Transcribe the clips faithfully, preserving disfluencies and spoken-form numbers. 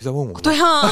不是在问我吗？ 对啊，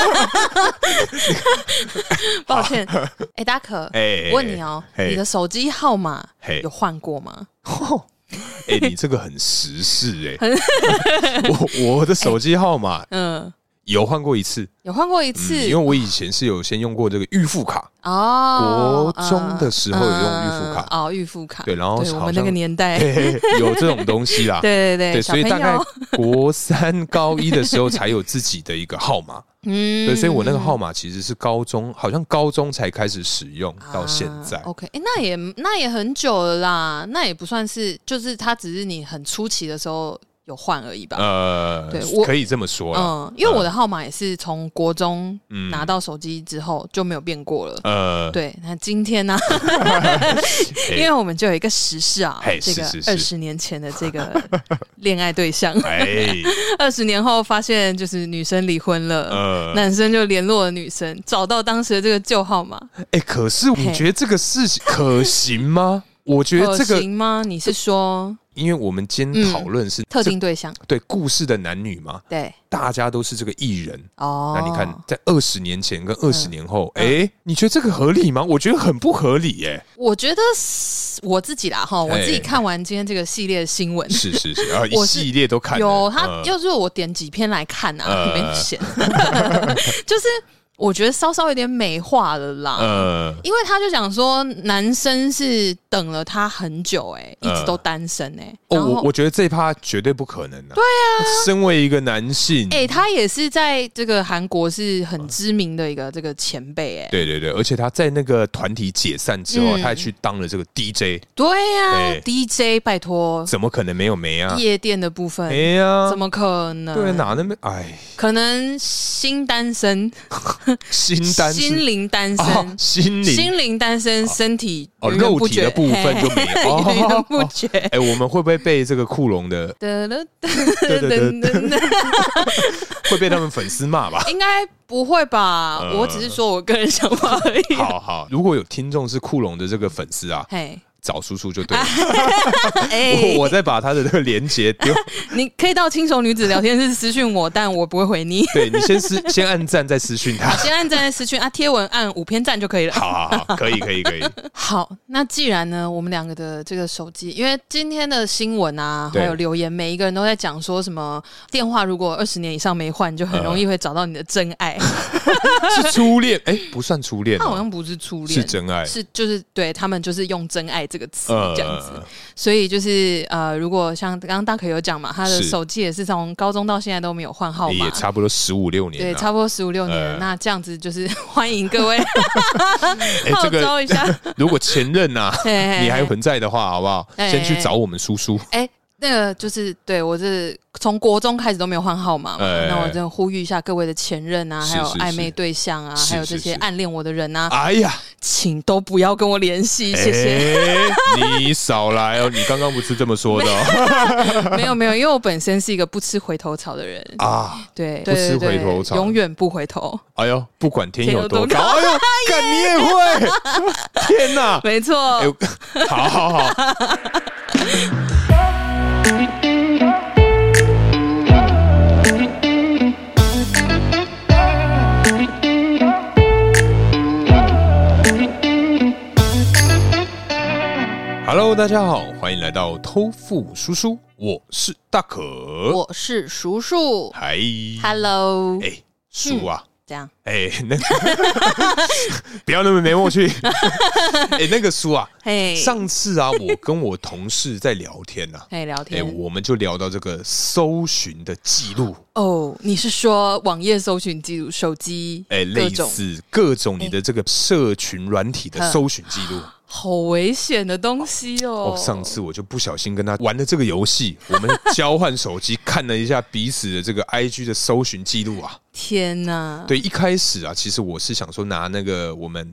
抱歉。哎、欸，大可，欸、我问你哦、喔，你的手机号码有换过吗？ 哎、欸，你这个很时事哎、欸，我我的手机号码、欸，嗯。有换过一次， 有换过一次、嗯， 因为我以前是有先用过这个预付卡哦，国中的时候有用预付卡、 嗯、哦，预付卡， 对，然后对我们那个年代嘿嘿有这种东西啦， 对对 对, 对， 所以大概国三高一的时候才有自己的一个号码，嗯，对，所以我那个号码其实是高中，好像高中才开始使用，到现在。 啊、OK， 哎、欸，那也那也很久了啦，那也不算是，就是它只是你很初期的时候。有换而已吧， 呃，对，可以这么说啦， 嗯，因为我的号码也是从国中拿到手机之后就没有变过了，呃，对，那今天呢、啊，因为我们就有一个时事啊，这个二十年前的这个恋爱对象，二十年后发现就是女生离婚了，呃，男生就联络了女生，找到当时的这个旧号码， 哎、欸，可是你觉得这个事情可行吗？我觉得这个可行吗？你是说？ 因为我们今天讨论是、嗯、 特定对象， 对故事的男女嘛， 对， 大家都是这个艺人哦。那你看，在二十年前跟二十年后，哎、嗯欸，你觉得这个合理吗？我觉得很不合理耶、欸。 我觉得我自己啦哈，我自己看完今天这个系列的新闻， 是是是，啊，一系列都看了， 有他，要是我点几篇来看啊，很明显，就是。我觉得稍稍有点美化了啦，呃，因为他就讲说男生是等了他很久、欸，哎、呃，一直都单身、欸，哎， 哦，我我觉得这一趴绝对不可能啊。对啊，身为一个男性， 哎、欸，他也是在这个韩国是很知名的一个这个前辈、欸，哎， 对对对，而且他在那个团体解散之后，嗯、他还去当了这个 D J。 对呀、啊欸、，D J 拜托， 怎么可能没有没啊？ 夜店的部分，哎呀、啊， 怎么可能？ 对，哪那么哎， 可能新单身。 心单心灵单身、哦， 心灵心灵单身，身体哦，肉体的部分就没有， 源源不绝。 哎、欸，我们会不会被这个库龙的？对对对，会被他们粉丝骂吧？ 应该不会吧？呃、我只是说我个人想法而已。 好好，如果有听众是库龙的这个粉丝啊，嘿。找叔叔就对了，欸、我, 我再把他的这个连结丢。 你可以到轻熟女子聊天室私讯我，但我不会回你。 对你先私先按赞再私讯他， 先按赞再私讯啊，贴文按五篇赞就可以了。 好好好，可以可以可以。 好，那既然呢，我们两个的这个手机，因为今天的新闻啊，还有留言，每一个人都在讲说什么电话如果二十年以上没换，就很容易会找到你的真爱。 是初恋？哎、欸，不算初恋、哦， 他好像不是初恋， 是真爱， 是就是对他们就是用真爱这个词这样子，呃、所以就是呃，如果像刚刚大可有讲嘛，他的手机也是从高中到现在都没有换号码， 也差不多十五六年， 对，差不多十五六年、呃。那这样子就是欢迎各位号召一下。 欸这个、如果前任呐、啊，你还存在的话，好不好？嘿嘿先去找我们叔叔。 哎、欸，那个就是对我是从国中开始都没有换号码嘛，欸、那我就呼吁一下各位的前任啊，还有暧昧对象啊，还有这些暗恋我的人啊， 哎呀， 请都不要跟我联系，谢谢。 欸、你少来哦，你刚刚不是这么说的、哦？ 没有没有，因为我本身是一个不吃回头草的人啊，对， 不吃回头草， 永远不回头。 哎呦，不管天有多高，哎呦，干你也会，天哪， 没错， 欸、好好好。Hello， 大家好，欢迎来到偷富叔叔，我是大可， 我是叔叔， 嗨 ，Hello， 哎、欸，叔啊。 嗯这样， 哎、欸，那不要那么没默趣。哎、欸，那个书啊，hey, 上次啊，我跟我同事在聊天啊， 哎、hey, 聊天、 欸，我们就聊到这个搜寻的记录。 哦、oh, ，你是说网页搜寻记录、手机？ 哎、欸，类似各种你的这个社群软体的搜寻记录。 好危险的东西哦！ 哦，上次我就不小心跟他玩了这个游戏，我们交换手机看了一下彼此的这个 I G 的搜寻记录啊！ 天哪！ 对，一开始啊，其实我是想说拿那个我们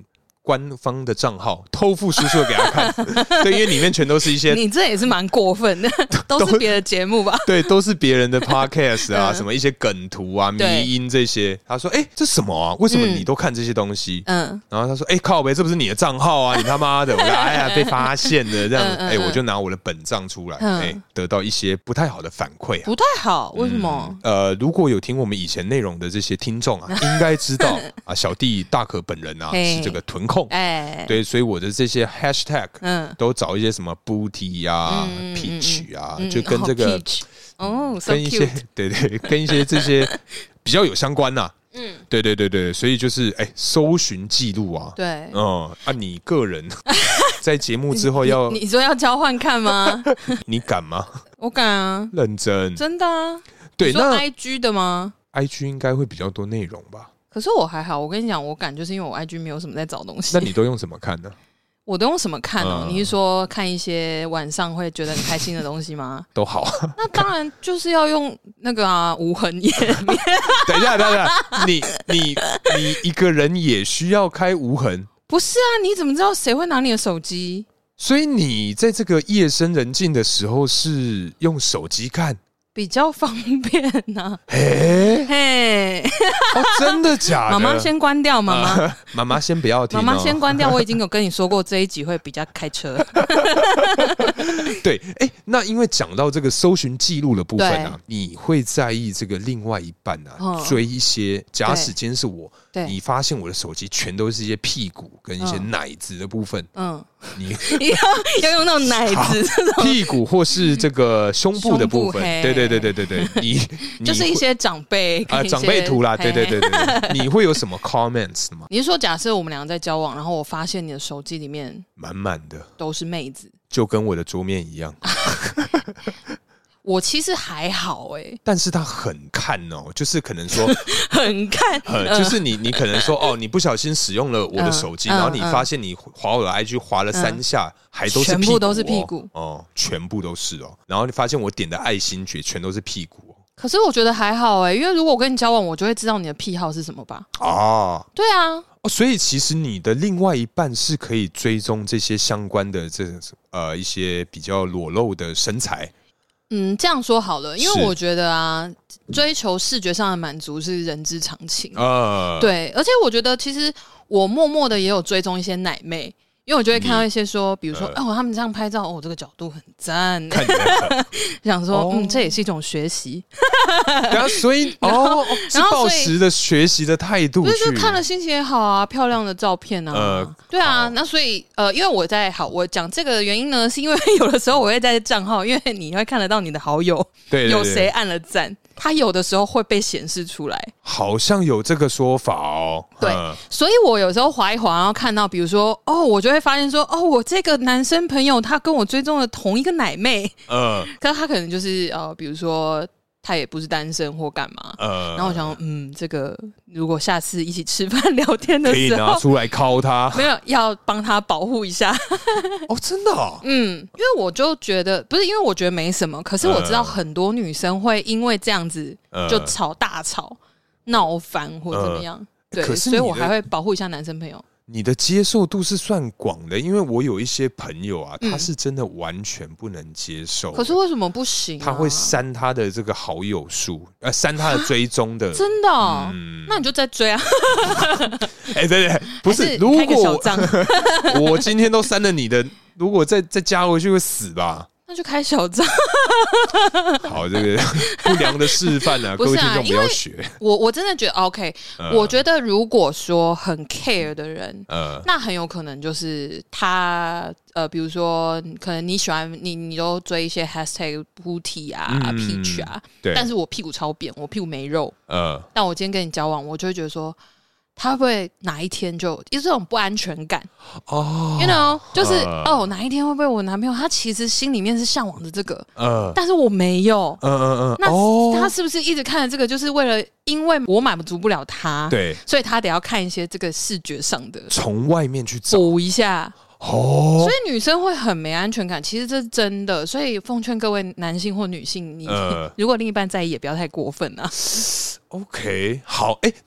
官方的账号偷富叔叔给他看，对，因为里面全都是一些， 你这也是蛮过分的，都是别的节目吧？ 对，都是别人的 podcast 啊，嗯、什么一些梗图啊、迷因这些。他说：“哎、欸，这什么啊？为什么你都看这些东西？”嗯，然后他说：“哎、欸，靠北，这不是你的账号啊？你他妈的！”我说：“哎呀，被发现了这样子。”哎、欸，我就拿我的本账出来，哎、嗯欸，得到一些不太好的反馈、啊， 不太好，为什么？ 嗯、呃，如果有听我们以前内容的这些听众啊，应该知道啊，小弟大可本人啊是这个臀控，哎，对，所以我的这些 hashtag， 嗯，都找一些什么 booty 啊、嗯、peach 啊，嗯、就跟这个。 哦哦， 跟一些、so、对对，跟一些这些比较有相关呐、啊。嗯，对对对对，所以就是哎、欸，搜寻记录啊， 对， 嗯啊，你个人在节目之后要你，你说要交换看吗？ 你敢吗？ 我敢啊， 认真， 真的啊。 对， 那 I G 的吗 ？I G 应该会比较多内容吧。 可是我还好，我跟你讲，我敢就是因为我 I G 没有什么在找东西。 那你都用什么看呢？ 我都用什么看哦？嗯、你是说看一些晚上会觉得很开心的东西吗？ 都好。 那当然就是要用那个啊无痕页面。 等一下，等一下，你你你一个人也需要开无痕？ 不是啊，你怎么知道谁会拿你的手机？ 所以你在这个夜深人静的时候是用手机看？ 比较方便呐、啊， 嘿，嘿，哦，真的假的？ 妈妈先关掉，妈妈， 呃、妈妈先不要听、哦， 妈妈先关掉。我已经有跟你说过，这一集会比较开车。 对，哎、欸，那因为讲到这个搜寻记录的部分啊，你会在意这个另外一半啊，嗯、追一些。假使今天是我，你发现我的手机全都是一些屁股跟一些奶子的部分，嗯，你要要用那种奶子、 屁股或是这个胸部的部分，对对。对对对对对，你就是一些长辈啊，长辈图啦，对对对对，你会有什么 comments 吗？ 你是说，假设我们两个在交往，然后我发现你的手机里面满满的都是妹子， 就跟我的桌面一样。 我其实还好哎、欸， 但是他很看哦，就是可能说很看、 呃，就是你你可能说哦，你不小心使用了我的手机，嗯、然后你发现你滑我的 I G 滑了三下，嗯、还都是屁股、哦、全部都是屁股哦，全部都是哦，然后你发现我点的爱心诀全都是屁股哦。 可是我觉得还好哎、欸，因为如果我跟你交往，我就会知道你的癖好是什么吧？啊，对啊。 哦，所以其实你的另外一半是可以追踪这些相关的这呃一些比较裸露的身材。 嗯，这样说好了，因为我觉得啊，追求视觉上的满足是人之常情。呃，对，而且我觉得其实我默默的也有追踪一些奶妹。因为我就会看到一些说，比如说，呃、哦，他们这样拍照，哦，这个角度很赞，想说，哦、嗯，这也是一种学习。 然后，所以，哦，是抱持的学习的态度去， 就是看了心情也好啊，漂亮的照片啊，呃、对啊。那所以，呃，因为我在好，我讲这个的原因呢，是因为有的时候我会在账号，因为你会看得到你的好友，对对对，有谁按了赞。它有的时候会被显示出来， 好像有这个说法哦。 对，嗯、所以我有时候滑一滑，然后看到，比如说，哦，我就会发现说，哦，我这个男生朋友他跟我追踪了同一个奶妹，嗯，可是他可能就是呃，比如说他也不是单身或干嘛，嗯，然后我想，嗯，这个如果下次一起吃饭聊天的时候， 可以拿出来敲他， 没有要帮他保护一下。 哦，真的、哦， 嗯，因为我就觉得不是，因为我觉得没什么，可是我知道很多女生会因为这样子就吵大吵、闹翻或怎么样，呃、对，所以我还会保护一下男生朋友。 你的接受度是算广的，因为我有一些朋友啊，他是真的完全不能接受、嗯。 可是为什么不行、啊？ 他会删他的这个好友数，呃，删他的追踪的。 真的、哦？嗯，那你就再追啊！ 哎、欸，对对，不是，是如果我今天都删了你的，如果再再加回去会死吧？ 那就开小账。 好，这个不良的示范啊，各位听众不要学。 我我真的觉得 OK，、呃、我觉得如果说很 care 的人，呃，那很有可能就是他呃，比如说可能你喜欢你，你都追一些 hashtag booty 啊、嗯、peach 啊，对，但是我屁股超扁，我屁股没肉，呃，但我今天跟你交往，我就会觉得说。他会不会哪一天就有这种不安全感？哦 ，you know， 就是、呃、哦，哪一天会不会我男朋友他其实心里面是向往着这个，呃，但是我没有，嗯嗯嗯，那、哦、他是不是一直看着这个，就是为了因为我满足不了他，对，所以他得要看一些这个视觉上的， 从外面去找补一下。哦，所以女生会很没安全感，其实这是真的。所以奉劝各位男性或女性，你、呃、如果另一半在意，也不要太过分啊。 OK， 好，哎、欸，那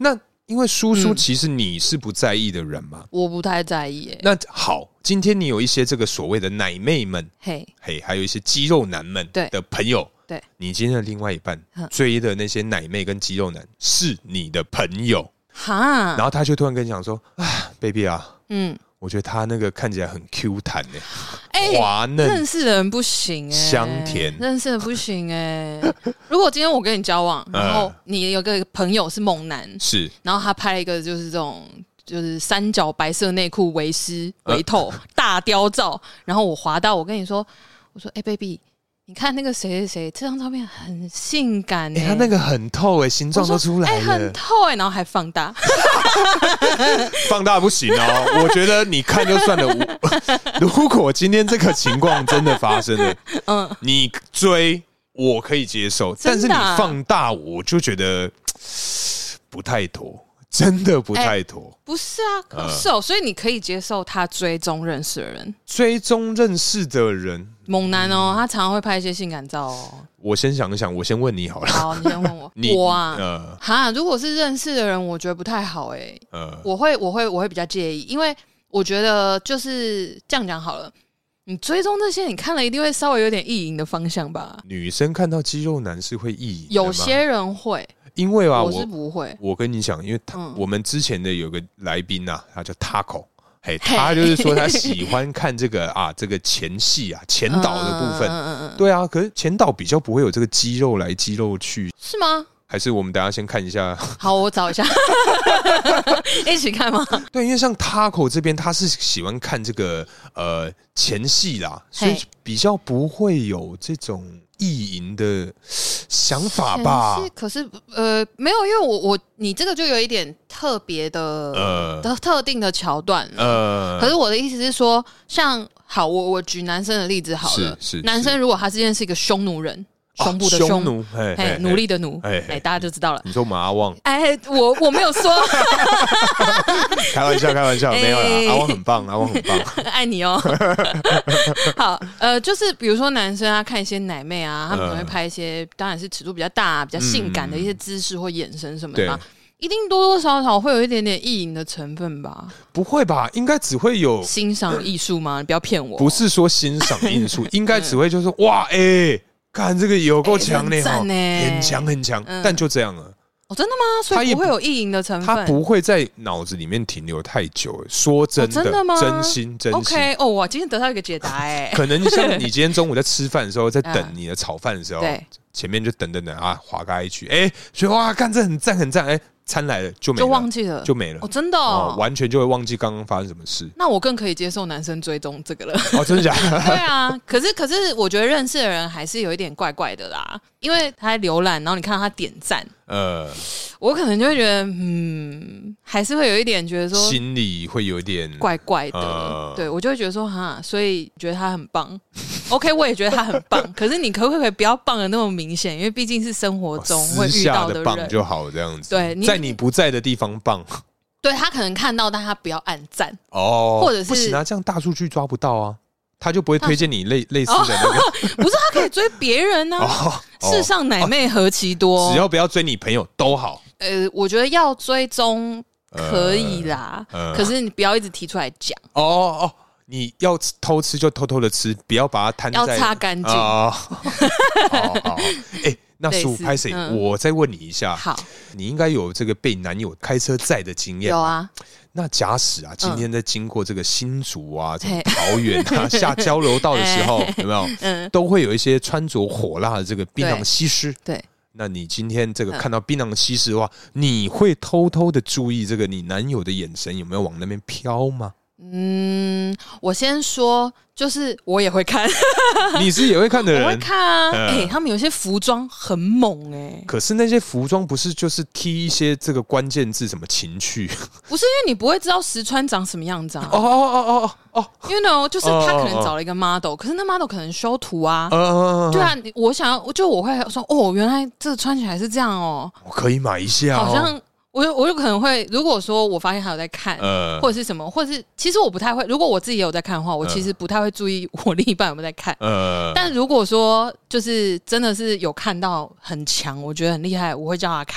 因为叔叔其实你是不在意的人嘛， 我不太在意、欸。 那好，今天你有一些这个所谓的奶妹们，嘿，嘿，还有一些肌肉男们的朋友， 对， 你今天的另外一半追的那些奶妹跟肌肉男是你的朋友，哈，然后他就突然跟你讲说，啊 ，baby 啊，嗯。我觉得他那个看起来很 Q 弹呢、欸，滑嫩， 认识的人不行哎、欸， 香甜， 认识的不行哎、欸。如果今天我跟你交往，然后你有个朋友是猛男， 是， 然后他拍了一个就是这种就是三角白色内裤围丝围透、呃、大雕照，然后我滑到我跟你说，我说哎、欸、，baby。你看那个谁谁谁，这张照片很性感哎、欸， 他那个很透哎、欸，形状都出来了，哎、 欸，很透哎、欸，然后还放大， 放大不行哦。我觉得你看就算了，如果今天这个情况真的发生了，嗯，你追我可以接受，但是你放大我就觉得不太妥。真的不太妥、欸， 不是啊，可是哦、呃，所以你可以接受他追踪认识的人， 追踪认识的人， 猛男哦，他常常会拍一些性感照哦。 我先想一想，我先问你好了。 好，你先问我。我啊，呃，哈，如果是认识的人，我觉得不太好哎、欸。呃，我会，我会，我会比较介意，因为我觉得就是这样讲好了。你追踪这些，你看了一定会稍微有点意淫的方向吧？ 女生看到肌肉男是会意淫， 有些人会。 因为啊， 我是不会。 我, 我跟你讲，因为他、嗯、我们之前的有个来宾啊，他叫 Taco， 嘿，他就是说他喜欢看这个啊，这个前戏啊，前导的部分。嗯嗯嗯对啊，可是前导比较不会有这个肌肉来肌肉去， 是吗？ 还是我们等一下先看一下？ 好，我找一下，一起看吗？ 对，因为像 Taco 这边，他是喜欢看这个呃前戏啦，所以比较不会有这种意淫的想法吧。 可是呃没有，因为我我你这个就有一点特别的呃的特定的桥段呃。可是我的意思是说，像好，我我举男生的例子好了，是是男生如果他之前是一个匈奴人。胸部的胸， 匈奴， 嘿，嘿奴隶的奴，哎，大家就知道了。 你说马阿旺？ 哎，我我没有说， 开玩笑，开玩笑，没有啦。阿旺很棒，阿旺很棒， 爱你哦。好，呃，就是比如说男生啊，看一些奶妹啊，他们可能会拍一些，当然是尺度比较大、比较性感的一些姿势或眼神什么的嘛。一定多多少少会有一点点意淫的成分吧？ 不会吧？应该只会有欣赏艺术吗？你不要骗我。 不是说欣赏艺术，应该只会就是说哇，哎。看这个有够强的，很强很强，嗯、但就这样了。 哦，真的吗？所以不会有意淫的成分， 他不会在脑子里面停留太久。说真的，哦、真的吗？真心真心。 OK， 哦，我今天得到一个解答哎。 可能像你今天中午在吃饭的时候，在等你的炒饭的时候，嗯、前面就等等等啊，滑开一句，哎，所以哇，看这很赞很赞，哎。餐来了就没了， 就忘记了， 就没了。 哦，真的哦， 哦完全就会忘记刚刚发生什么事。 那我更可以接受男生追踪这个了。 哦，真的假的？ 对啊，可是可是我觉得认识的人还是有一点怪怪的啦，因为他在浏览，然后你看到他点赞，呃，我可能就会觉得，嗯，还是会有一点觉得说， 心里会有一点怪怪的。呃、对我就会觉得说，哈，所以觉得他很棒。OK， 我也觉得他很棒，可是你可不可以不要棒的那么明显？因为毕竟是生活中会遇到的人， 私下的棒就好，这样子。 对， 在你不在的地方棒。 对他可能看到，但他不要按赞哦，或者是不行啊，这样大数据抓不到啊，他就不会推荐你类类似的那个。 哦、不是，他可以追别人呢、啊。哦、世上奶妹何其多， 只要不要追你朋友都好。 呃，我觉得要追踪可以啦，呃呃、可是你不要一直提出来讲。 哦哦。你要偷吃就偷偷的吃，不要把它摊在。 要擦干净。啊、 好好好，哎、欸，那叔拍谁？嗯、我再问你一下。 好， 你应该有这个被男友开车载的经验。 有啊。 那假使啊，今天在经过这个新竹啊、嗯、桃园啊下交流道的时候，有没有？嗯，都会有一些穿着火辣的这个槟榔西施。 对。 那你今天这个看到槟榔西施的话，嗯、你会偷偷的注意这个你男友的眼神有没有往那边飘吗？ 嗯，我先说，就是我也会看， 你是也会看的人， 我会看啊。哎、嗯欸，他们有些服装很猛哎、欸， 可是那些服装不是就是踢一些这个关键字，什么情趣？ 不是，因为你不会知道实穿长什么样子啊。 哦哦哦哦哦 ，you know， 就是他可能找了一个 model，、哦、可是那 model 可能修图啊。哦、对啊，我想要，就我会说，哦，原来这穿起来是这样哦， 我可以买一下、哦， 好像。我我有可能会，如果说我发现他有在看，呃、或者是什么，或者是其实我不太会。如果我自己也有在看的话，我其实不太会注意我另一半有没有在看。呃、但如果说就是真的是有看到很强，我觉得很厉害，我会叫他看。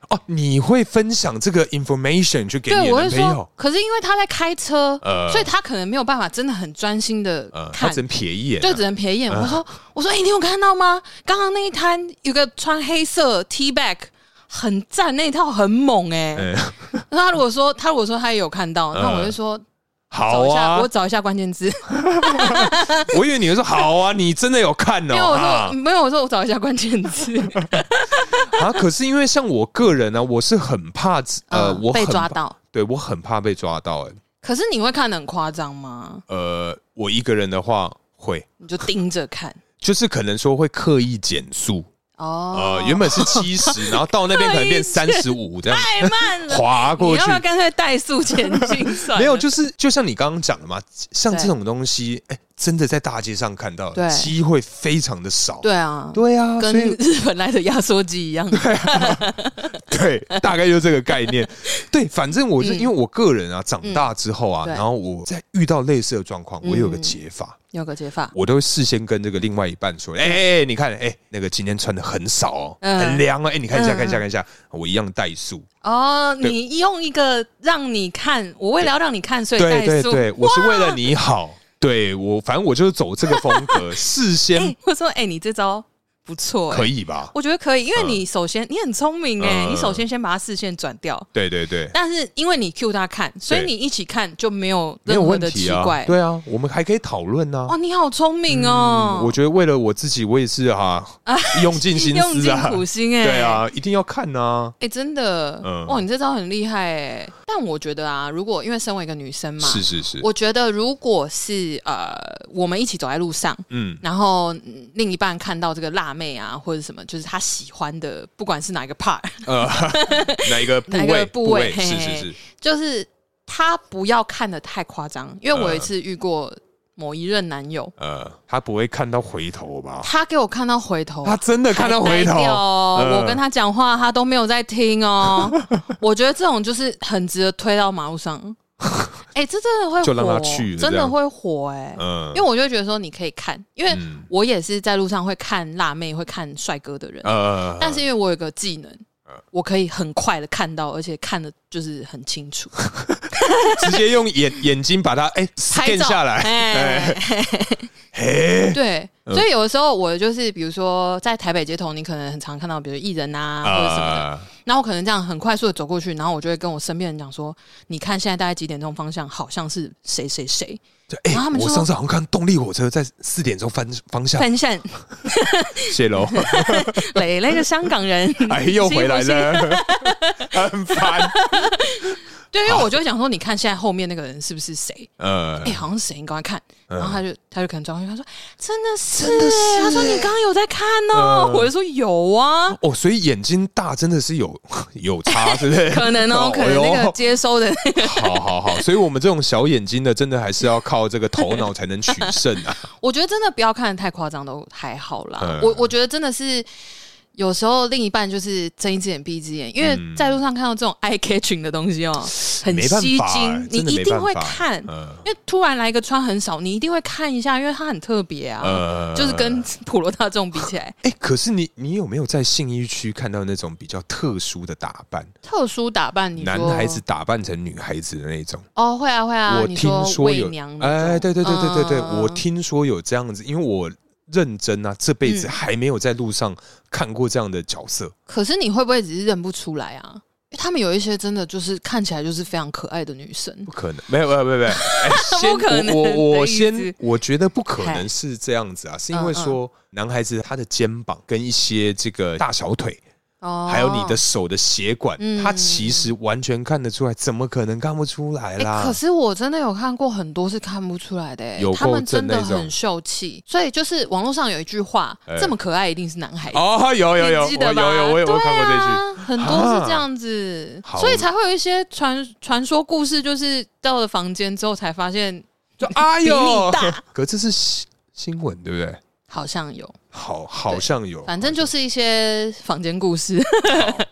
哦，你会分享这个 information 去给你的男朋友？ 可是因为他在开车，呃、所以他可能没有办法真的很专心的看， 呃、他只能瞥一眼、啊， 对，只能瞥一眼。呃、我说，我说，哎、欸，你有看到吗？刚刚那一摊有个穿黑色 T back 很赞，那一套很猛哎、欸。嗯、他如果说他如果说他也有看到，那我就说。 好啊， 我找一下关键字。 我以为你会说好啊，你真的有看哦？ 没有，我说没有，我说我找一下关键字。 啊，可是因为像我个人呢、啊，我是很怕呃， 嗯、 我很被抓到， 对我很怕被抓到哎、欸。 可是你会看得很夸张吗？ 呃，我一个人的话会， 你就盯着看， 就是可能说会刻意减速。哦，呃，原本是七十，然后到那边可能变三十五，这样太慢了， 滑过去。 你要不要干脆怠速前进算了？ 没有，就是就像你刚刚讲的嘛，像这种东西，哎、欸，真的在大街上看到，机会非常的少。 对啊， 对啊， 跟日本来的压缩机一样。 对、啊，对，大概就是这个概念。对，反正我是、嗯、因为我个人啊，长大之后啊，嗯、然后我在遇到类似的状况，我有个解法。 有个解法， 我都会事先跟这个另外一半说：“哎、欸欸，你看，哎、欸，那个今天穿的很少哦，嗯、很凉啊，哎、欸，你看一下，嗯、看一下，看一下，我一样怠速。” 哦，你用一个让你看，我为了要让你看，所以怠速。 对对对，我是为了你好。对我，反正我就是走这个风格，事先。 欸、我说：“哎、欸，你这招。”不错、欸， 可以吧？ 我觉得可以，因为你首先、嗯、你很聪明哎、欸，嗯、你首先先把他视线转掉， 对对对。 但是因为你 cue 他看，所以你一起看就没有任何的奇怪。 啊对啊，我们还可以讨论啊。 哦，你好聪明哦、 嗯！我觉得为了我自己，我也是哈、啊，用尽心思啊， 用尽苦心哎、欸。 对啊，一定要看啊！ 哎、欸，真的，嗯、哇，你这招很厉害哎、欸。但我觉得啊，如果因为身为一个女生嘛， 是是是， 我觉得如果是呃，我们一起走在路上，嗯，然后另一半看到这个辣妹啊，或者什么。就是他喜欢的，不管是哪一个 part， 呃， 哪一个部位， 哪一个部位， 部位是是是， 就是他不要看得太夸张，因为我有一次遇过某一任男友， 呃，他不会看到回头吧？ 他给我看到回头， 他真的看到回头哦！呃、我跟他讲话，他都没有在听哦。我觉得这种就是很值得推到马路上。哎、欸，这真的会火， 就让他去， 真的会火哎、欸！嗯，因为我就觉得说你可以看，因为我也是在路上会看辣妹、会看帅哥的人，嗯，但是因为我有个技能，我可以很快的看到，而且看的就是很清楚， 直接用眼眼睛把它哎 scan 下来，哎。嘿对，嗯、所以有的时候我就是比如说在台北街头，你可能很常看到，比如艺人啊、呃、或者什么的，然后我可能这样很快速的走过去，然后我就会跟我身边人讲说：“你看现在大概几点钟方向，好像是谁谁谁。” 哎、欸，我上次好像看动力火车在四点钟翻方向， 翻向， 谢喽。 磊那个香港人， 哎，又回来了，很烦。 对，因为我就会想说，你看现在后面那个人是不是谁？呃，哎、欸，好像是谁？你赶快看。然后他就他就可能转过去，他说：“真的是，真的是。”他说：“你刚刚有在看哦。呃”我就说：“有啊。” 哦，所以眼睛大真的是有有差，是不是？ 可能哦，可能那个接收的、那個。 好好好，所以我们这种小眼睛的，真的还是要靠这个头脑才能取胜啊。 我觉得真的不要看得太夸张，都还好啦。嗯、我我觉得真的是。有时候另一半就是睁一只眼闭一只眼，因为在路上看到这种 eye catching 的东西哦，很吸睛，你一定会看。呃、因为突然来一个穿很少，你一定会看一下，因为它很特别啊，呃、就是跟普罗大众比起来。 哎、欸，可是你你有没有在信义区看到那种比较特殊的打扮？ 特殊打扮，你说男孩子打扮成女孩子的那种？ 哦，会啊会啊。 我听说有， 哎， 对对对对对对，嗯、我听说有这样子，因为我。认真啊，这辈子还没有在路上看过这样的角色。 嗯、可是你会不会只是认不出来啊？因为他们有一些真的就是看起来就是非常可爱的女生。 不可能，没有没有没有没有，哎、欸， 不可能。 我我我先，我觉得不可能是这样子啊，是因为说男孩子他的肩膀跟一些这个大小腿。哦、还有你的手的血管，嗯、他其实完全看得出来，怎么可能看不出来啦？ 欸、可是我真的有看过很多是看不出来的、欸，有他们真的很秀气。所以就是网络上有一句话，欸、这么可爱一定是男孩子。 哦，有有有， 记得吧？ 有有，我有看过这句， 啊、很多是这样子，啊、所以才会有一些传传说故事，就是到了房间之后才发现， 就哎呦， 比你大。 可这是新闻，对不对？ 好像有， 好，好像有， 反正就是一些坊间故事。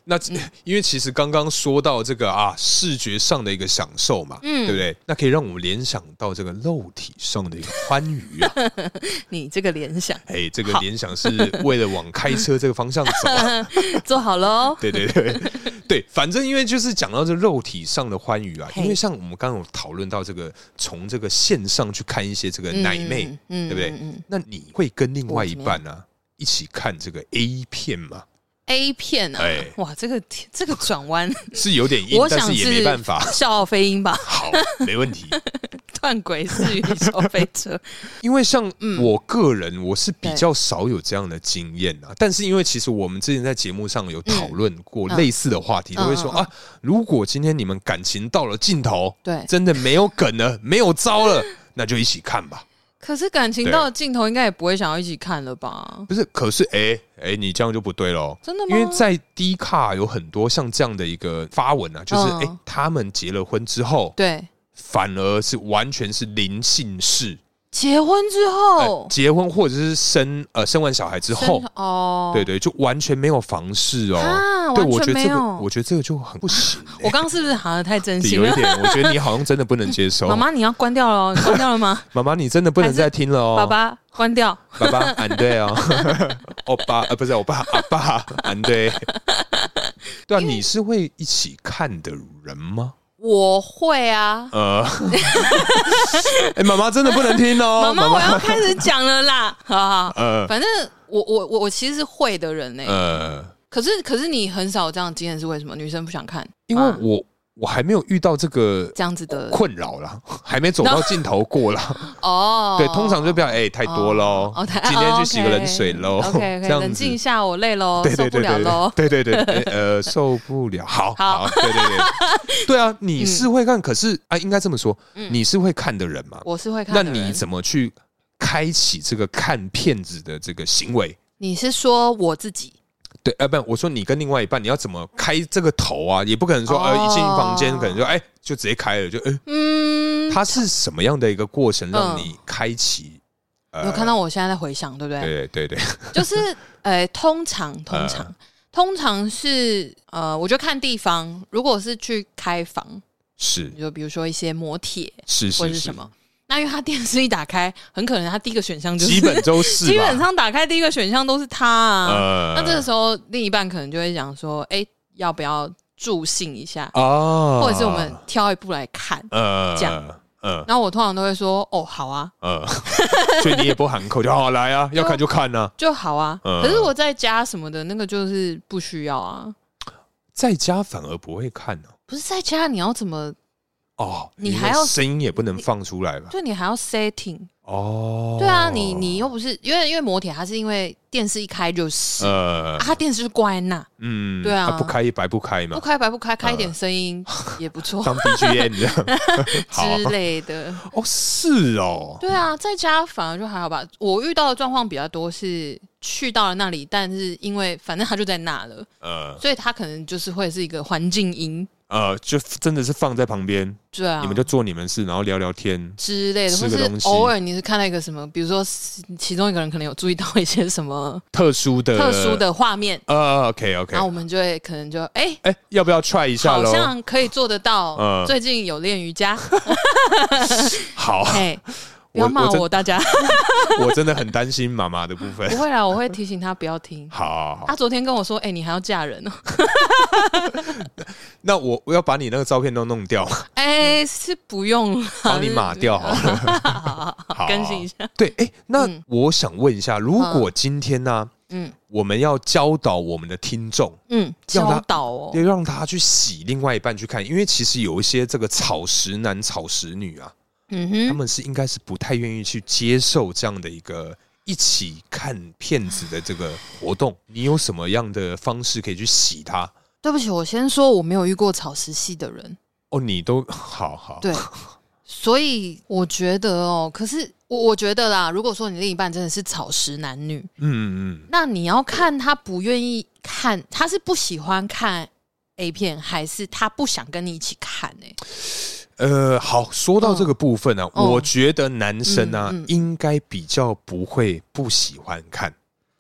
那、嗯、因为其实刚刚说到这个啊，视觉上的一个享受嘛，嗯，对不对？那可以让我们联想到这个肉体上的一个欢愉啊。 你这个联想， 哎，这个联想是为了往开车这个方向走、啊， 做好喽。 对对对对，反正因为就是讲到这肉体上的欢愉啊，因为像我们刚刚有讨论到这个，从这个线上去看一些这个奶妹，嗯嗯、对不对、嗯嗯？那你会跟另外一半啊一起看这个 A 片吗？ A 片啊，欸、哇，这个这个转弯是有点硬，但是也没办法。 笑傲飞鹰吧， 好，没问题。 断轨式云霄飞车， 因为像我个人，我是比较少有这样的经验啊。但是因为其实我们之前在节目上有讨论过类似的话题，嗯、都会说、嗯、啊，如果今天你们感情到了尽头，对，真的没有梗了，没有招了，那就一起看吧。 可是感情到了尽头，应该也不会想要一起看了吧？ 不是，可是哎哎、欸欸，你这样就不对咯。 真的吗？ 因为在 D 卡有很多像这样的一个发文啊，就是哎、嗯欸，他们结了婚之后，对，反而是完全是零性事。 结婚之后、 呃，结婚或者是生呃生完小孩之后，哦，对对，就完全没有房事哦。啊，对，我觉得这个，我觉得这个就很不行、欸。 我刚刚是不是好像太真心了？ 有一点，我觉得你好像真的不能接受。 妈妈，你要关掉了、哦，你关掉了吗？ 妈妈，你真的不能再听了哦。 爸爸，关掉。 爸爸，安对哦。欧巴，呃，不是欧巴，阿爸，安对。对啊，你是会一起看的人吗？ 我会啊，呃， 哎，妈妈真的不能听哦， 妈妈我要开始讲了啦，好好，呃，反正我我我我其实是会的人呢、欸，呃，可是可是你很少这样的经验是为什么？女生不想看， 因为我。我还没有遇到这个这样子的困扰啦，还没走到尽头过啦。哦，对，通常就不要哎、欸、太多喽、哦，今天去洗个冷水喽。 OK， 这样冷静一下，我累喽，受不了喽。 对对对，欸、呃，受不了。好，好，好对对对，对啊，你是会看，嗯、可是啊，应该这么说、嗯，你是会看的人嘛？ 我是会看的人。 那你怎么去开启这个看片子的这个行为？ 你是说我自己？ 对，呃，不，我说你跟另外一半，你要怎么开这个头啊？也不可能说，呃，一进房间可能就，哎，就直接开了，就，呃、嗯，它是什么样的一个过程让你开启？ 嗯呃、有看到我现在在回想，对不对？ 对对对， 就是，呃，通常通常、呃、通常是，呃，我就看地方，如果是去开房， 是， 就比如说一些摩铁， 是是或者是什么。那因为他电视一打开，很可能他第一个选项就是基本都是基本上打开第一个选项都是他啊。呃、那这个时候另一半可能就会讲说：“哎、欸，要不要助兴一下？哦，或者是我们挑一部来看？呃，这样。呃，然后我通常都会说：哦，好啊。呃， 所以你也不喊口就好来啊，要看就看啊， 就好啊。呃、可是我在家什么的那个就是不需要啊， 在家反而不会看哦、啊。 不是在家你要怎么？ 哦，你还要声音也不能放出来吧？ 就你还要 setting 哦。对啊，你你又不是因为因为摩铁，它是因为电视一开就是，呃，啊、它电视就挂在那，嗯，对啊， 啊不开白不开嘛， 不开白不开，开一点声音也不错， 当 B G M 这样之类的。 哦，是哦， 对啊，在家反而就还好吧。我遇到的状况比较多是去到了那里，但是因为反正它就在那了，呃，所以它可能就是会是一个环境音。 呃，就真的是放在旁边， 对啊， 你们就做你们事，然后聊聊天之类的，或是偶尔你是看到一个什么，比如说其中一个人可能有注意到一些什么特殊的特殊的画面， 呃 ，OK OK， 然后我们就会可能就哎哎、 欸欸，要不要 try 一下咯？ 好像可以做得到，呃、最近有练瑜伽， 好， 嘿。不要骂 我, 我大家我真的很担心妈妈的部分。 不会啦，我会提醒她不要听。 好, 好, 好， 她昨天跟我说：“哎、欸，你还要嫁人哦。” 那我我要把你那个照片都弄掉。 哎、欸，是不用了， 帮你码掉好了。 好, 好, 好, 好，更新一下。 对，哎、欸，那我想问一下，如果今天呢、啊，嗯，我们要教导我们的听众， 嗯，教导哦， 对，让他去洗另外一半去看，因为其实有一些这个草食男、草食女啊。嗯哼，他们是应该是不太愿意去接受这样的一个一起看片子的这个活动。你有什么样的方式可以去洗他？ 对不起，我先说我没有遇过草食系的人。 哦，你都好好对，所以我觉得哦，可是我我觉得啦，如果说你另一半真的是草食男女，嗯嗯，那你要看他不愿意看，他是不喜欢看 A 片，还是他不想跟你一起看呢、欸？ 呃，好，说到这个部分呢、啊，哦、我觉得男生啊、嗯嗯，应该比较不会不喜欢看，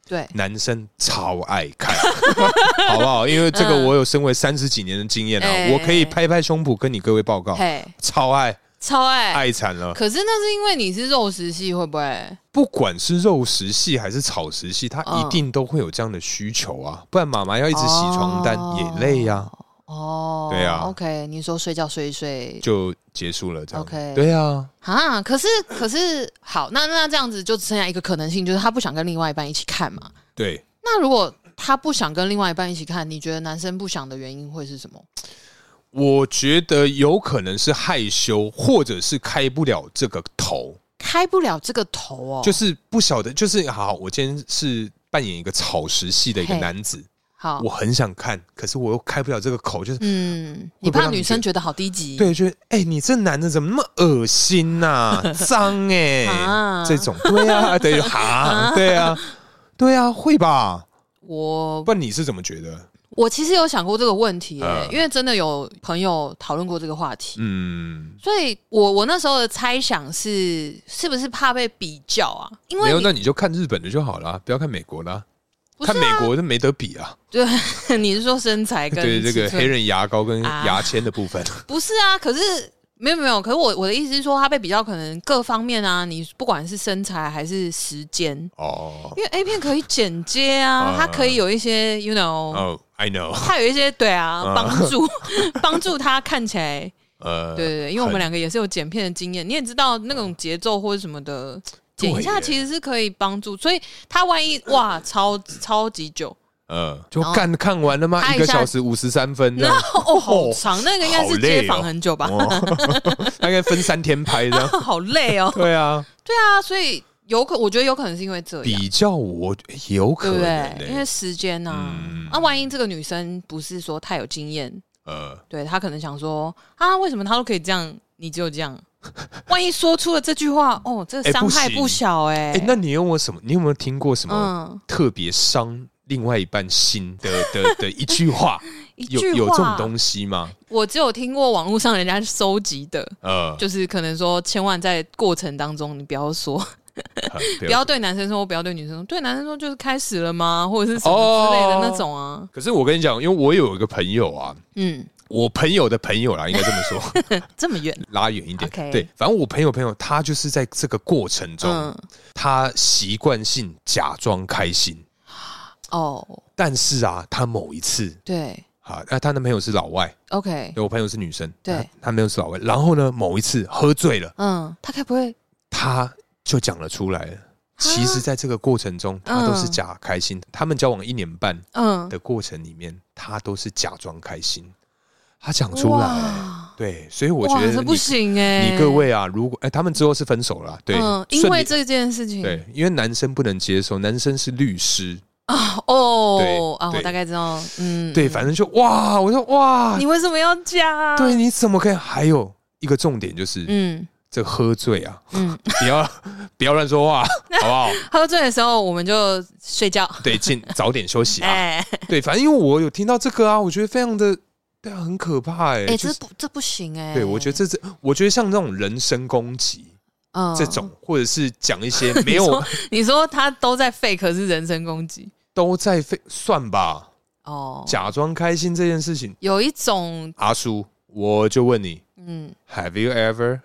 对， 男生超爱看，好不好？因为这个我有身为三十几年的经验啊，嗯、我可以拍拍胸脯跟你各位报告，超爱。 超爱爱惨了， 可是那是因为你是肉食系，会不会？ 不管是肉食系还是草食系，他一定都会有这样的需求啊，不然妈妈要一直洗床单、哦、也累呀、啊。 哦， 对啊 ，OK， 你说睡觉睡一睡就结束了，这样 OK， 对啊， 啊，可是可是好，那那这样子就只剩下一个可能性，就是他不想跟另外一半一起看嘛。 对， 那如果他不想跟另外一半一起看，你觉得男生不想的原因会是什么？ 我觉得有可能是害羞，或者是开不了这个头， 开不了这个头哦， 就是不晓得，就是好，我今天是扮演一个草食系的一个男子，好，我很想看，可是我又开不了这个口，就是嗯，你怕女生觉得好低级， 对，觉得哎、欸，你这男的怎么那么恶心呐、啊，脏哎、欸，这种，对啊，对哈，对啊，对啊，会吧？我，不然你是怎么觉得？ 我其实有想过这个问题、欸呃，因为真的有朋友讨论过这个话题，嗯，所以我我那时候的猜想是，是不是怕被比较啊？因为没有，那你就看日本的就好了，不要看美国的、啊啊，看美国的没得比啊。 对，你是说身材跟对这个黑人牙膏跟牙签的部分、啊？ 不是啊，可是。没有没有，可是我我的意思是说，他被比较可能各方面啊，你不管是身材还是时间哦，因为 A 片可以剪接啊，它、uh, 可以有一些 you know， 哦、oh, I know， 它有一些对啊，帮、uh, 助帮助他看起来，呃、uh, ，对对对，因为我们两个也是有剪片的经验，你也知道那种节奏或者什么的剪一下其实是可以帮助，所以他万一哇超超级久。 呃，就干看完了吗？一个小时五十三分，那哦，好长，那个应该是街访很久吧？ 大概分三天拍的， 好累哦。 对啊， 对啊，所以有可，我觉得有可能是因为这样比较，我有可能、欸， 对，因为时间呐、啊，那、嗯啊、万一这个女生不是说太有经验，呃，对她可能想说啊，为什么她都可以这样，你只有这样？万一说出了这句话，哦，这个伤害不小哎、欸。哎、 欸，那你有没有什么？你有没有听过什么特别伤？另外一半心的的的一句话， 一句话有有这种东西吗？ 我只有听过网络上人家收集的，呃，就是可能说，千万在过程当中你不要说，不要对男生说，不要对女生说，对男生说就是开始了吗，或者是什么之类的那种啊。 哦、可是我跟你讲，因为我有一个朋友啊，嗯，我朋友的朋友啦，应该这么说， 这么远， 拉远一点， okay. 对，反正我朋友朋友他就是在这个过程中，嗯、他习惯性假装开心。哦，但是啊，他某一次对， 啊，他男朋友是老外 ，OK， 我朋友是女生， 对， 他男朋友是老外，然后呢，某一次喝醉了， 嗯，他该不会， 他就讲了出来了。其实，在这个过程中，他都是假开心。嗯、他们交往一年半的过程里面，嗯、他都是假装开心。他讲出来，对，所以我觉得这不行哎、欸。 你各位啊，如果哎、欸，他们之后是分手了，对、 嗯，因为这件事情， 对，因为男生不能接受，男生是律師。 啊哦啊，我大概知道，嗯， 对，反正就哇，我说哇， 你为什么要讲？ 对，你怎么可以？还有一个重点就是，嗯，这喝醉啊，嗯，不要不要乱说话，好不好？ 喝醉的时候我们就睡觉， 对，请早点休息啊。欸、对，反正因为我有听到这个啊，我觉得非常的，对啊，很可怕哎、欸， 哎、欸，这不这不行哎、欸。 对，我觉得这这，我觉得像这种人身攻击。嗯、这种，或者是讲一些没有你说，你说他都在 fake 是人身攻击， 都在 fake 算吧？哦，假装开心这件事情， 有一种阿叔，我就问你，嗯 ，Have you ever？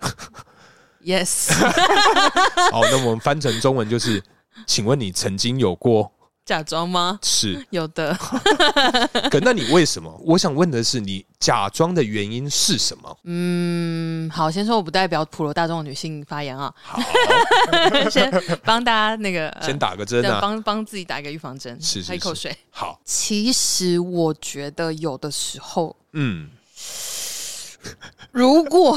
Yes 好，那我们翻成中文就是，请问你曾经有过假装吗？ 是有的。 可那你为什么？我想问的是，你假装的原因是什么？ 嗯，好，先说我不代表普罗大众的女性发言啊。好，先帮大家那个、 呃、先打个针啊， 帮帮自己打一个预防针。 是是是， 喝一口水。 好， 其实我觉得有的时候，嗯。如果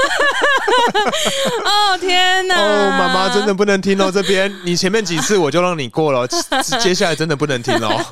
哦天哪！ 哦，妈妈真的不能听哦。这边你前面几次我就让你过了，接下来真的不能听哦。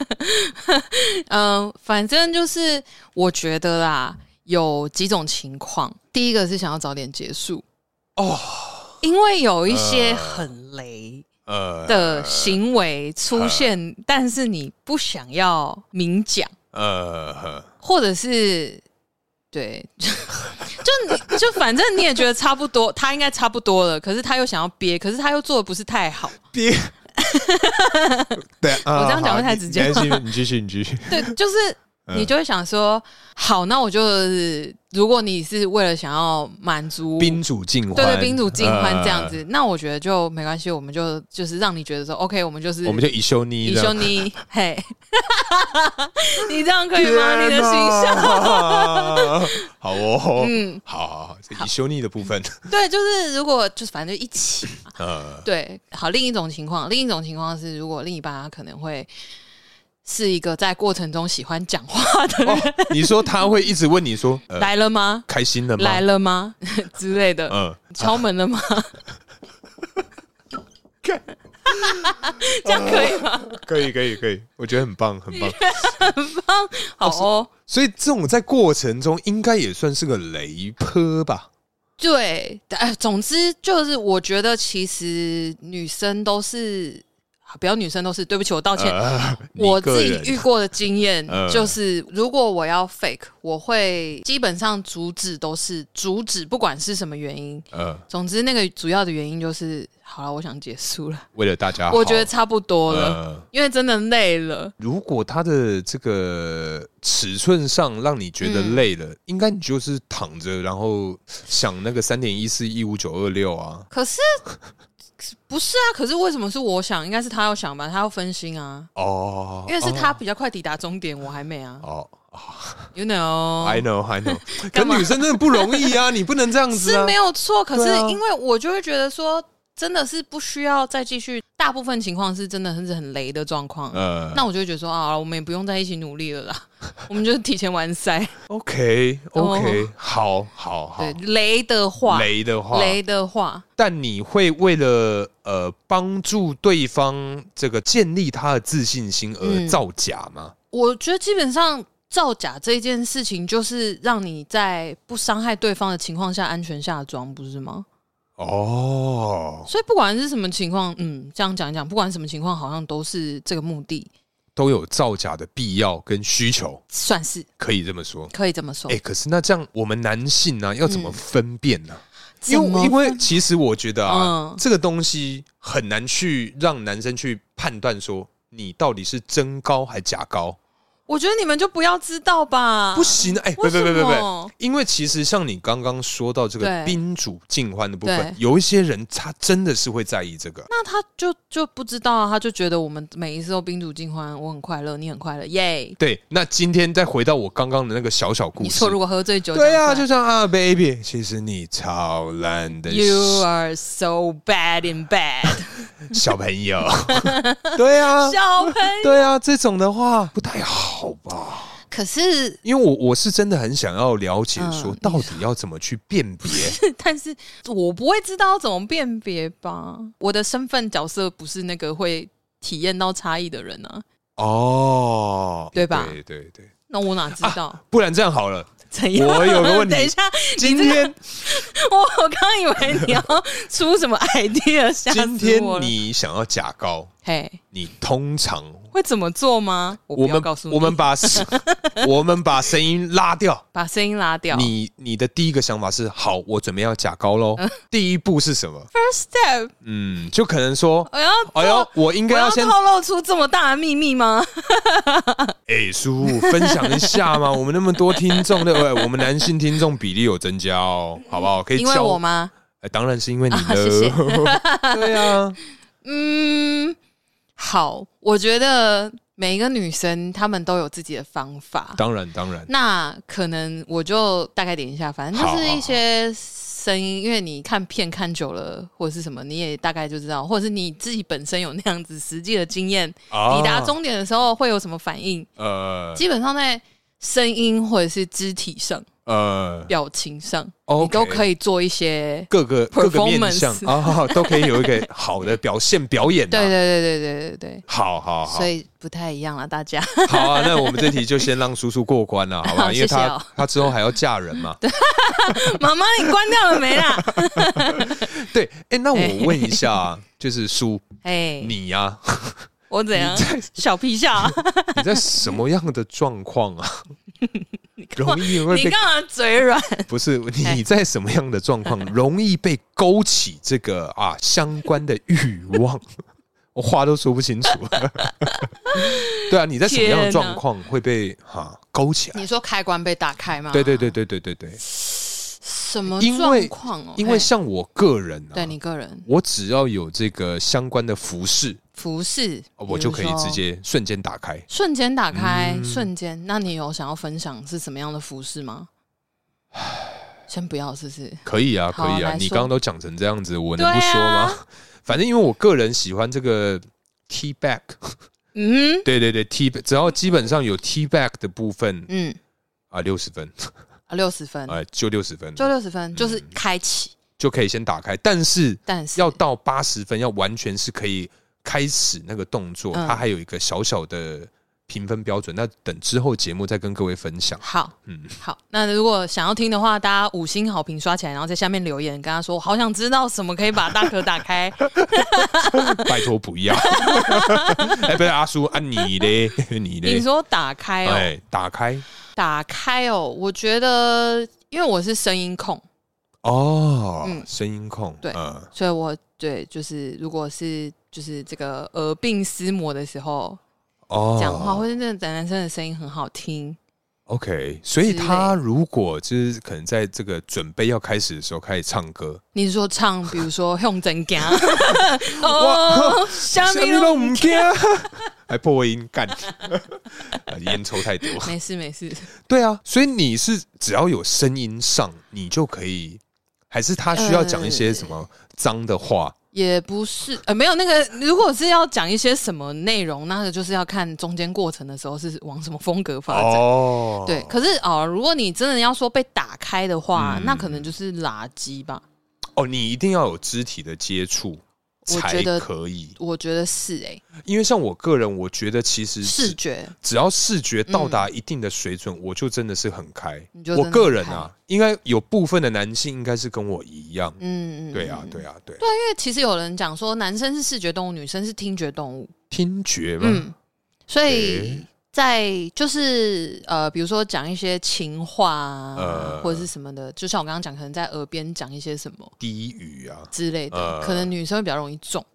嗯、呃，反正就是我觉得啦，有几种情况。第一个是想要早点结束哦，因为有一些很雷的行为出现，呃、但是你不想要明讲，呃，或者是。对，就你就反正你也觉得差不多，他应该差不多了，可是他又想要憋，可是他又做的不是太好， 憋对， 我这样讲会太直接吗？你继续，你继续。 对，就是。你就会想说，好，那我就是，如果你是为了想要满足宾主尽欢， 对对，宾主尽欢这样子，呃、那我觉得就没关系，我们就就是让你觉得说 ，OK， 我们就是我们就以修妮， 以修妮，嘿，你这样可以吗？你的形象， 好哦，嗯，好好好，以修妮的部分， 对，就是如果就是反正就一起嘛，呃，对，好，另一种情况，另一种情况是，如果另一半他可能会。是一个在过程中喜欢讲话的人、哦。 你说他会一直问你说：“ 呃、来了吗？ 开心了吗？ 来了吗？”之类的。嗯，敲门了吗？这样可以吗？ 可以，可以，可以。我觉得很棒，很棒， 很棒。好哦。 所以这种在过程中应该也算是个雷坡吧？ 对，哎，总之就是我觉得其实女生都是。不要女生都是，对不起，我道歉。呃、我自己遇过的经验就是，如果我要 fake， 我会基本上主旨都是主旨，不管是什么原因。呃、总之那个主要的原因就是，好了，我想结束了， 为了大家好， 我觉得差不多了，呃、因为真的累了。 如果他的这个尺寸上让你觉得累了，嗯、应该你就是躺着，然后想那个三点一四一五九二六啊。 可是。不是啊，可是为什么是我想？应该是他要想吧，他要分心啊。哦，因为是他比较快抵达终点，我还没啊。哦 ，You know, I know, I know。可女生真的不容易啊，你不能这样子啊。 是没有错，可是因为我就会觉得说，真的是不需要再继续。大部分情况是真的是很雷的状况，呃，那我就会觉得说啊，我们也不用在一起努力了啦，我们就提前完赛。 OK OK， 好好好。 对，雷的话， 雷的话， 雷的话， 但你会为了呃帮助对方这个建立他的自信心而造假吗？ 嗯、我觉得基本上造假这件事情，就是让你在不伤害对方的情况下安全下装，不是吗？哦，所以不管是什么情况，嗯，这样讲一讲，不管什么情况，好像都是这个目的， 都有造假的必要跟需求， 算是可以这么说， 可以这么说。 哎、欸，可是那这样我们男性呢、啊，要怎么分辨呢、啊嗯？因为因为其实我觉得啊，嗯、这个东西很难去让男生去判断说你到底是真高还假高。 我觉得你们就不要知道吧， 不行，哎、欸，不不不不不，因为其实像你刚刚说到这个宾主尽欢的部分，有一些人他真的是会在意这个， 那他就就不知道啊，他就觉得我们每一次都宾主尽欢，我很快乐，你很快乐，耶、yeah 。 对，那今天再回到我刚刚的那个小小故事， 你说如果喝醉酒， 对啊，就像啊 ，baby， 其实你超烂的 ，You are so bad in bed， 小朋友，对啊， 小朋友， 对啊，这种的话不太好。好吧， 可是因为我我是真的很想要了解，说到底要怎么去辨别、 嗯，但是我不会知道要怎么辨别吧？我的身份角色不是那个会体验到差异的人啊，哦，对吧？ 对对对， 那我哪知道？啊、 不然这样好了。 怎样？ 我有个问题， 等一下， 今天、 這個、我我刚以为你要出什么 idea， 吓死我了。 今天你想要假高，嘿，你通常会怎么做吗？我不要告诉你， 我们把我们把声音拉掉， 把声音拉掉。 你你的第一个想法是，好，我准备要假高喽。嗯、第一步是什么 ？First step， 嗯，就可能说， 我要， 哎呦，我应该要先透露出这么大的秘密吗？ 哎、欸，叔，分享一下嘛，我们那么多听众，对不对？我们男性听众比例有增加哦，好不好？可以因为我吗？ 哎、欸，当然是因为你了。啊、 谢谢对啊， 嗯。好，我觉得每一个女生她们都有自己的方法， 当然当然。 那可能我就大概点一下，反正就是一些声音，因为你看片看久了或者是什么，你也大概就知道，或者是你自己本身有那样子实际的经验，抵达终点的时候会有什么反应？呃，基本上在声音或者是肢体上。呃，表情上， okay, 你都可以做一些各个各个面向啊，都可以有一个好的表现表演、啊。 对对对对对对对， 好好好， 所以不太一样了，大家。 好啊，那我们这题就先让叔叔过关了，好吧？因为他、哦、他之后还要嫁人嘛。 妈妈，你关掉了没啦？ 对，哎、欸，那我问一下，就是叔，哎，你呀、啊， 我怎样？小皮笑， 你在什么样的状况啊？容易会被你干嘛嘴软？ 不是你在什么样的状况容易被勾起这个啊相关的欲望？ 我话都说不清楚。对啊，你在什么样的状况会被哈勾起来？ 你说开关被打开吗？ 对对对对对对对。 什么状况哦？ 因为像我个人啊， 对你个人， 我只要有这个相关的服饰， 服饰， 我就可以直接瞬间打开， 瞬间打开，嗯、瞬间。那你有想要分享是什么样的服饰吗？先不要，是不是？ 可以啊，可以啊。你刚刚都讲成这样子，我能不说吗？啊、反正因为我个人喜欢这个 T back， 嗯，对对对 ，T 只要基本上有 T back 的部分，嗯，啊，六十分。 啊，六十分， 哎，就六十分， 就六十分，就是开启、嗯、 就可以先打开，但是但是要到八十分，要完全是可以开始那个动作，嗯、它还有一个小小的评分标准。那等之后节目再跟各位分享。 好，嗯，好。那如果想要听的话，大家五星好评刷起来，然后在下面留言跟他说，好想知道什么可以把大壳打开。 拜托不要。哎、欸，不是阿叔啊，你嘞，你嘞？ 你说打开哦， 哎，打开。 打开哦，我觉得，因为我是声音控哦，嗯，声音控， 对，嗯、所以我对就是如果是就是这个耳鬓厮磨的时候，哦，讲话或者那个男生的声音很好听。 OK， 所以他如果就是可能在这个准备要开始的时候开始唱歌， 你是说唱，比如说用真假，哦，虾米都唔惊， 还破音干，烟抽太多， 没事没事。 对啊，所以你是只要有声音上，你就可以，还是他需要讲一些什么脏的话？呃也不是，呃，没有那个。如果是要讲一些什么内容，那个就是要看中间过程的时候是往什么风格发展。哦，对。可是哦，如果你真的要说被打开的话，嗯、那可能就是垃圾吧。 哦，你一定要有肢体的接触才可以。 我觉得是哎、欸， 因为像我个人，我觉得其实视觉只要视觉到达一定的水准，嗯、我就真的是很开。我个人啊，应该有部分的男性应该是跟我一样。嗯嗯，对啊，对啊，对。 对，因为其实有人讲说，男生是视觉动物，女生是听觉动物。 听觉吗？嗯， 所以在就是呃，比如说讲一些情话啊，呃、或者是什么的，就像我刚刚讲，可能在耳边讲一些什么低语啊之类的，呃、可能女生会比较容易中。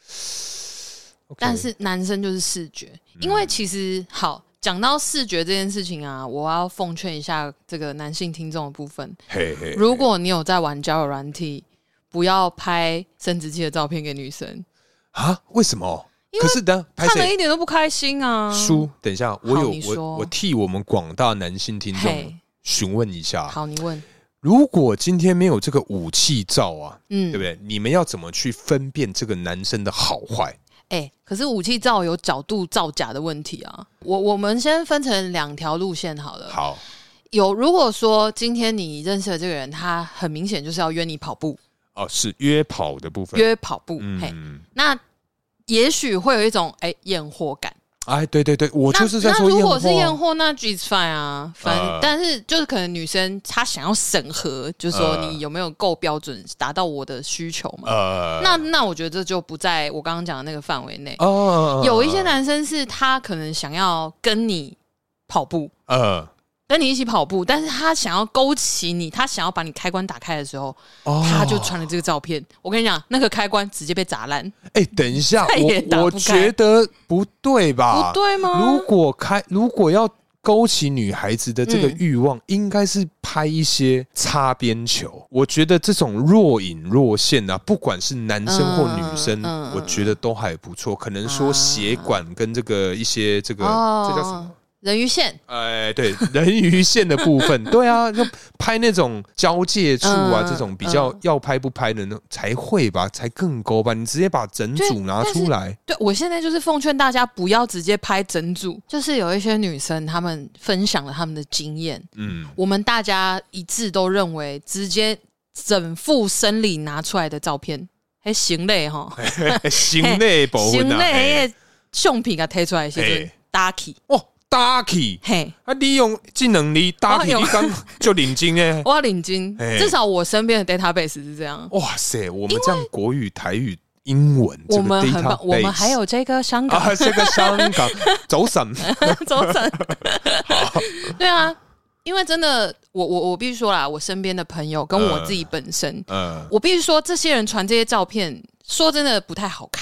Okay, 但是男生就是视觉，因为其实好讲到视觉这件事情啊，我要奉劝一下这个男性听众的部分。 嘿嘿嘿， 如果你有在玩交友软体，不要拍生殖器的照片给女生啊？为什么？可是等看了一点都不开心啊！ 叔，等一下，我有我我替我们广大男性听众询问一下。 好，你问。 如果今天没有这个武器照啊，嗯，对不对？你们要怎么去分辨这个男生的好坏？ 哎、欸，可是武器照有角度造假的问题啊。我我们先分成两条路线好了。 好， 有如果说今天你认识的这个人，他很明显就是要约你跑步。 哦，是约跑的部分。 约跑步，嗯、嘿，那也许会有一种哎验货感。 哎，对对对，我就是在说验货、啊。 那如果是验货，那 It's fine 啊，反正、呃、但是就是可能女生她想要审核，就是说你有没有够标准，达到我的需求嘛？呃，那那我觉得这就不在我刚刚讲的那个范围内。哦，有一些男生是他可能想要跟你跑步，呃。跟你一起跑步，但是他想要勾起你，他想要把你开关打开的时候，哦、他就传了这个照片。我跟你讲，那个开关直接被砸烂。 哎、欸，等一下，我我觉得不对吧？ 不对吗？ 如果开，如果要勾起女孩子的这个欲望，嗯、应该是拍一些擦边球。我觉得这种若隐若现啊，不管是男生或女生，嗯嗯、我觉得都还不错。可能说血管跟这个一些这个、哦、这叫什么？ 人鱼线， 哎，对，人鱼线的部分，对啊，就拍那种交界处啊，嗯、这种比较要拍不拍的那才会吧，才更勾吧。你直接把整组拿出来， 对，我现在就是奉劝大家不要直接拍整组，就是有一些女生她们分享了她们的经验，嗯，我们大家一致都认为，直接整副生理拿出来的照片，哎，行嘞哈， 行嘞， 行嘞，相片给推出来是打起哦。打起，嘿，啊！利用技能力打起，你刚就领金哎， 我要领金，至少我身边的 database 是这样。 哇塞，我们这样国语、台语、英文， 我们很棒，我们还有这个香港， 啊、这个香港走省， 走省。好，对啊，因为真的，我我我必须说啦，我身边的朋友跟我自己本身，嗯、呃，我必须说，这些人传这些照片，说真的不太好看。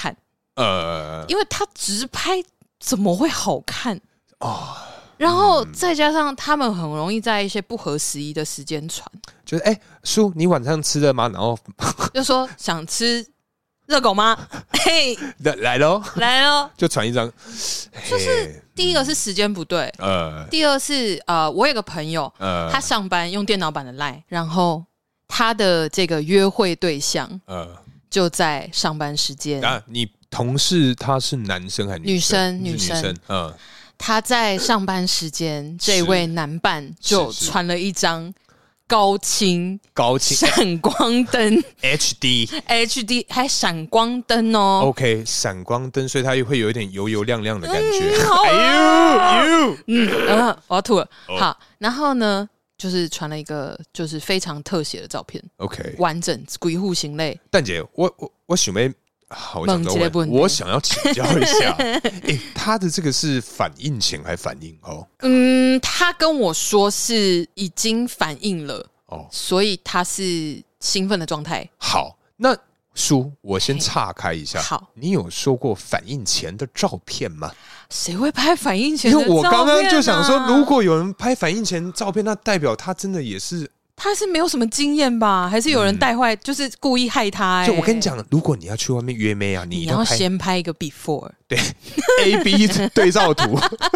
呃，因为他直拍怎么会好看哦？然后再加上他们很容易在一些不合时宜的时间传， 就是哎，叔，你晚上吃了吗？然后就说想吃热狗吗？嘿， 来喽， 来喽， 就传一张。 就是第一个是时间不对，呃，第二是呃，我有个朋友，呃，他上班用电脑版的 LINE， 然后他的这个约会对象，呃，就在上班时间。 啊，你同事他是男生还是女生？女生，女生，嗯。他在上班时间，这位男伴就传了一张高清、 高清闪光灯 H D H D 还闪光灯哦。 OK， 闪光灯，所以它会有一点油油亮亮的感觉。 嗯、好哎呦，嗯，啊、我要吐了。Oh. 好，然后呢，就是传了一个就是非常特写的照片。 OK， 完整鬼户型类。 蛋姐，我我我想没。好，我, 我想要请教一下，欸、他的这个是反应前还反应后？ 嗯，他跟我说是已经反应了哦，所以他是兴奋的状态。 好，那叔，我先岔开一下。 好， 你有收过反应前的照片吗？ 谁会拍反应前的照片、啊？ 因为我刚刚就想说，如果有人拍反应前照片，那代表他真的也是。 他是没有什么经验吧？还是有人带坏、嗯，就是故意害他、欸？ 就我跟你讲，如果你要去外面约妹啊，你, 你要先拍一个 before， 对 ，A B 对照图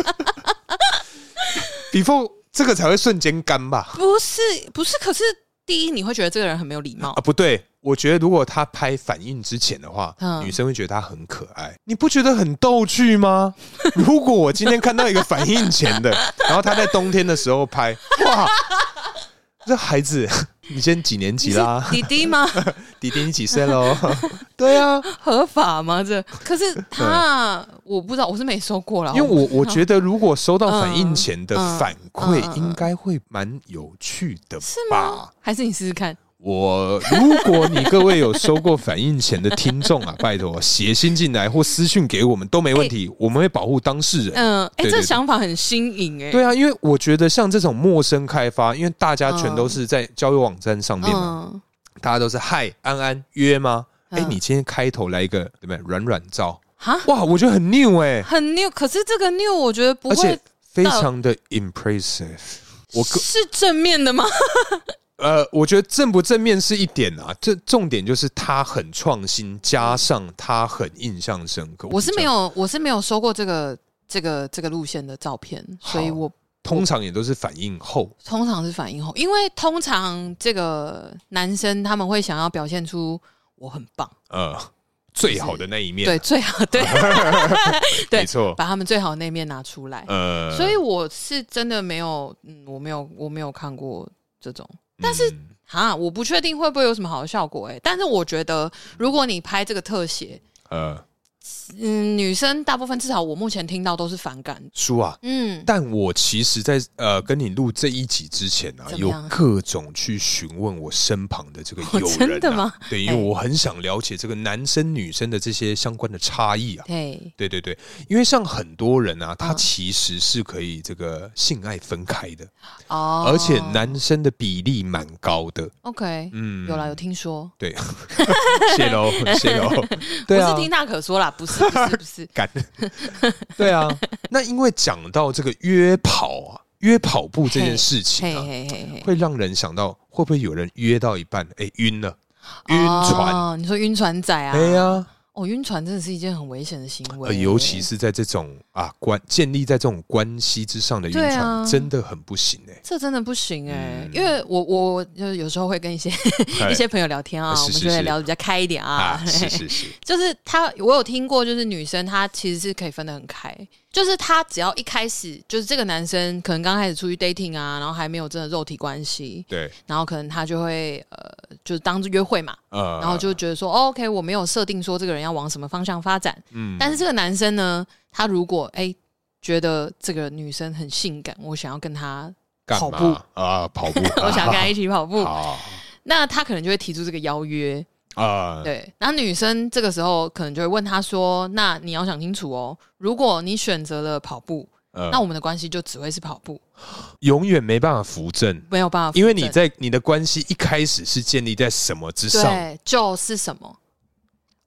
，before 这个才会瞬间干吧？ 不是，不是，可是第一，你会觉得这个人很没有礼貌啊？不对，我觉得如果他拍反应之前的话，嗯、女生会觉得他很可爱，你不觉得很逗趣吗？如果我今天看到一个反应前的，然后他在冬天的时候拍，哇！这孩子，你现在几年级啦？ 弟弟吗？ 弟弟，你几岁喽？对啊， 合法吗？这可是他，我不知道，我是没收过啦。 因为我我觉得，如果收到反应前的反馈，应该会蛮有趣的吧？ 是吗？还是你试试看？ 我如果你各位有收过反应前的听众啊，拜托写信进来或私讯给我们都没问题，欸、我们会保护当事人。 嗯，哎、欸，这想法很新颖哎。 对啊，因为我觉得像这种陌生开发，因为大家全都是在交友网站上面嘛，嗯、大家都是嗨安安约吗？哎、嗯欸，你今天开头来一个对不对？软软照哈，哇，我觉得很 new 哎、欸， 很 new。可是这个 new 我觉得不会， 而且非常的 impressive。 我是正面的吗？ 呃，我觉得正不正面是一点啊，这重点就是他很创新，加上他很印象深刻。 我是没有，我是没有收过这个这个这个路线的照片，所以我通常也都是反应后， 通常是反应后，因为通常这个男生他们会想要表现出我很棒，呃， 最好的那一面， 对，最好，对，对， 没错， 把他们最好的那一面拿出来。呃，所以我是真的没有，嗯，我没有，我没有看过这种。但是啊、嗯，我不确定会不会有什么好的效果哎、欸。但是我觉得，如果你拍这个特写，呃，嗯，女生大部分至少我目前听到都是反感。 叔啊，嗯，但我其实在呃跟你录这一集之前啊，有各种去询问我身旁的这个友人、啊， 真的吗？ 对，因为我很想了解这个男生女生的这些相关的差异啊。 对， 对对对，因为像很多人啊，他其实是可以这个性爱分开的哦，而且男生的比例蛮高的。 OK， 嗯，有啦，有听说。 对，谢喽，谢喽。对啊， 不是听大可说啦。不是不是不是， 干对啊，那因为讲到这个约跑啊，约跑步这件事情啊，嘿嘿嘿嘿会让人想到会不会有人约到一半，哎，晕了，晕船、 哦？你说晕船仔啊？ 对啊。 哦，晕船真的是一件很危险的行为、 呃，尤其是在这种啊关建立在这种关系之上的晕船，啊、真的很不行哎、欸， 这真的不行哎、欸嗯，因为我我就有时候会跟一些一些朋友聊天啊，是是是我们就会聊得比较开一点啊， 啊是是是， 就是他我有听过，就是女生她其实是可以分得很开。就是他只要一开始就是这个男生可能刚开始出去 dating 啊，然后还没有真的肉体关系， 对， 然后可能他就会呃，就是当约会嘛，呃，然后就觉得说、哦、OK， 我没有設定說這個人要往什麼方向發展，嗯，但是這個男生呢，他如果哎覺得這個女生很性感，我想要跟他跑步啊，跑步， 我想要跟他一起跑步，那他可能就會提出這個邀約。Uh, 对，然後女生這個時候可能就會問他說，那你要想清楚哦，如果你選擇了跑步、uh, 那我們的關係就只會是跑步， 永遠沒辦法扶正， 沒有辦法扶正， 因為你在你的關係一開始是建立在什麼之上， 對，就是什麼，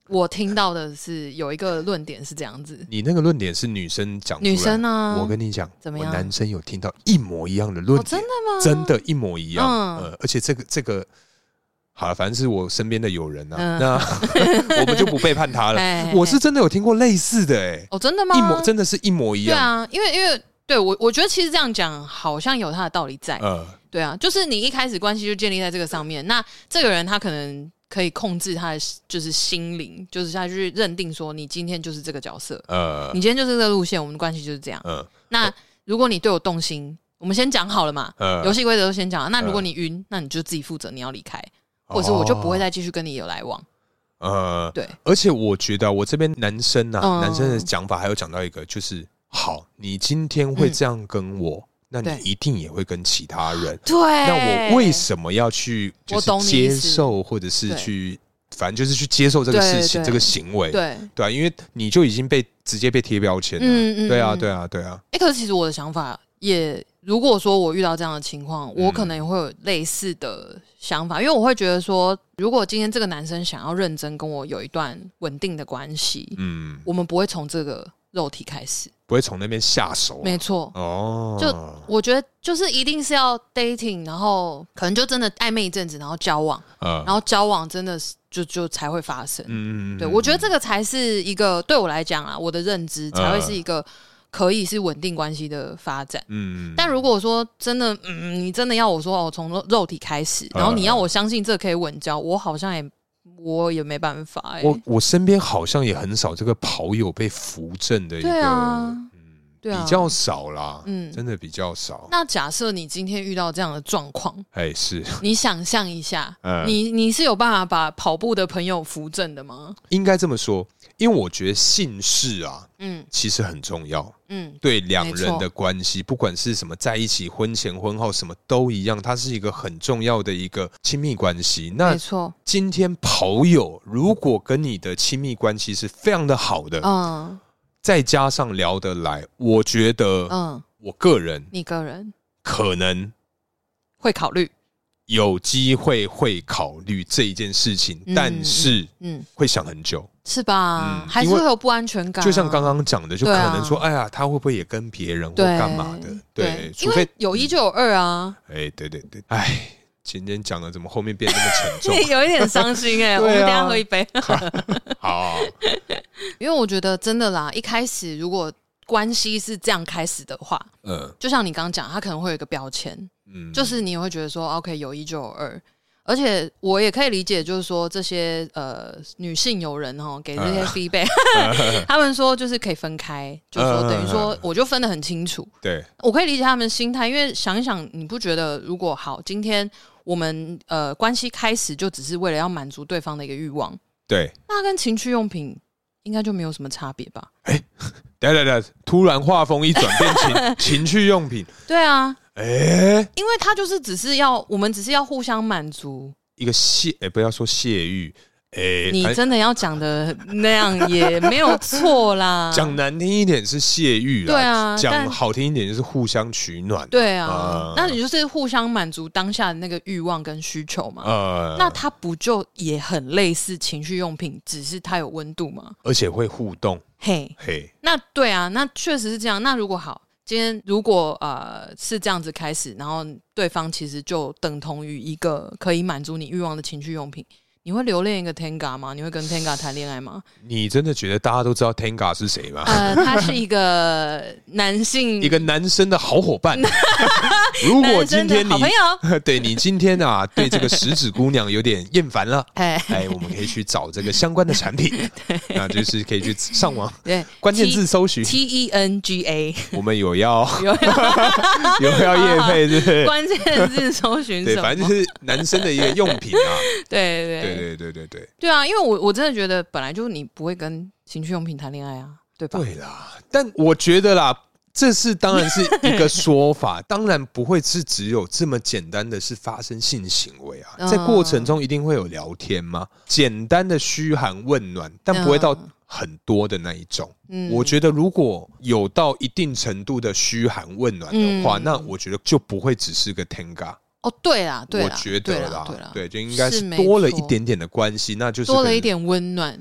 我听到的是有一个论点是这样子。 你那个论点是女生讲出来？ 女生啊， 我跟你讲， 怎么样？ 我男生有听到一模一样的论点。哦， 真的吗？ 真的，一模一样。嗯，呃、而且这个这个。好了，反正是我身边的友人啊，嗯、那我们就不背叛他了。嘿嘿嘿我是真的有听过类似的、欸，哎， 哦，真的吗？ 一模真的是一模一样。 对啊，因为因为对我我觉得其实这样讲好像有他的道理在。呃，对啊，就是你一开始关系就建立在这个上面，那这个人他可能可以控制他的就是心灵，就是他去认定说你今天就是这个角色，呃，你今天就是这个路线，我们的关系就是这样。呃，那如果你对我动心，我们先讲好了嘛，呃，游戏规则都先讲了。那如果你晕，那你就自己负责，你要离开。或者是我就不会再继续跟你有来往，呃，对。 而且我觉得我这边男生啊，嗯、男生的讲法还有讲到一个，就是好，你今天会这样跟我，嗯、那你一定也会跟其他人。 对。 那我为什么要去就是接受，或者是去，反正就是去接受这个事情，这个行为？对对啊，因为你就已经被直接被贴标签了。嗯嗯。对啊，对啊，对啊。 哎、欸，可是其实我的想法也。如果说我遇到这样的情况，我可能也会有类似的想法，因为我会觉得说，如果今天这个男生想要认真跟我有一段稳定的关系，嗯，我们不会从这个肉体开始， 不会从那边下手、啊。 没错，哦，就我觉得就是一定是要 dating， 然后可能就真的暧昧一阵子，然后交往，呃、然后交往真的是就就才会发生。嗯，对，我觉得这个才是一个对我来讲啊，我的认知才会是一个。呃可以是稳定关系的发展，嗯，但如果说真的，嗯，你真的要我说哦，从肉体开始，然后你要我相信这可以稳交，我好像也我也没办法、欸。 我我身边好像也很少这个跑友被扶正的一个， 对啊，嗯， 对啊，比较少啦，嗯，真的比较少。 那假设你今天遇到这样的状况， 哎，是你想象一下，嗯、你你是有办法把跑步的朋友扶正的吗？ 应该这么说。因为我觉得姓氏啊，嗯，其实很重要，嗯，对两人的关系，不管是什么在一起、婚前婚后，什么都一样，它是一个很重要的一个亲密关系。那没错，今天跑友如果跟你的亲密关系是非常的好的，嗯，再加上聊得来，我觉得，嗯，我个人， 你个人可能会考虑。 有机会会考虑这一件事情，嗯、但是嗯，会想很久， 是吧？嗯、还是会有不安全感、啊。 就像刚刚讲的，就可能说，啊、哎呀，他会不会也跟别人或干嘛的？对， 对除非有一就有二啊。 哎，对对对，哎，今天讲的怎么后面变得那么沉重？ 有一点伤心哎、欸，啊、我们等一下喝一杯。 好， 因为我觉得真的啦，一开始如果关系是这样开始的话，嗯，就像你刚刚讲，他可能会有一个标签。嗯，就是你也会觉得说 ，OK， 有一就有二，而且我也可以理解，就是说这些呃女性友人哈给这些 feedback，、呃、他们说就是可以分开，就是说等于说我就分得很清楚。对，我可以理解他们的心态，因为想一想，你不觉得如果好，今天我们呃关系开始就只是为了要满足对方的一个欲望，对，那跟情趣用品应该就没有什么差别吧？哎、欸， 等等等，突然话锋一转变情情趣用品， 对啊。哎、欸，因为他就是只是要我们只是要互相满足一个泄，哎、欸，不要说泄欲，哎、欸， 你真的要讲的那样也没有错啦。 讲难听一点是泄欲啦，对啊，讲好听一点就是互相取暖。 对啊，呃、那你就是互相满足当下的那个欲望跟需求嘛。呃，那它不就也很类似情趣用品，只是它有温度吗？ 而且会互动。嘿， 嘿，那对啊，那确实是这样。那如果好。今天如果呃是这样子开始，然后对方其实就等同于一个可以满足你欲望的情趣用品，你会留恋一个 Tenga 吗？你会跟 Tenga 谈恋爱吗？ 你真的觉得大家都知道 Tenga 是谁吗？ 呃，他是一个男性， 一个男生的好伙伴。如果今天你好朋友对你今天啊对这个食指姑娘有点厌烦了，哎哎，我们可以去找这个相关的产品，那就是可以去上网，对，关键字搜寻 T E N G A， 我们有要有要有要业配，是不是？ 关键字搜寻什么？ 对，反正就是男生的一个用品啊。 对对对。 对对对对对啊，因为我我真的觉得本来就你不会跟情趣用品谈恋爱啊，对吧？ 对啦，但我觉得啦，这是当然是一个说法，当然不会是只有这么简单的是发生性行为啊，在过程中一定会有聊天嘛，简单的嘘寒问暖，但不会到很多的那一种。嗯，我觉得如果有到一定程度的嘘寒问暖的话，嗯、那我觉得就不会只是个 Tenga。 哦，对啦，对啦， 我觉得啦，对啦，对，就应该是多了一点点的关系，那就是多了一点温暖。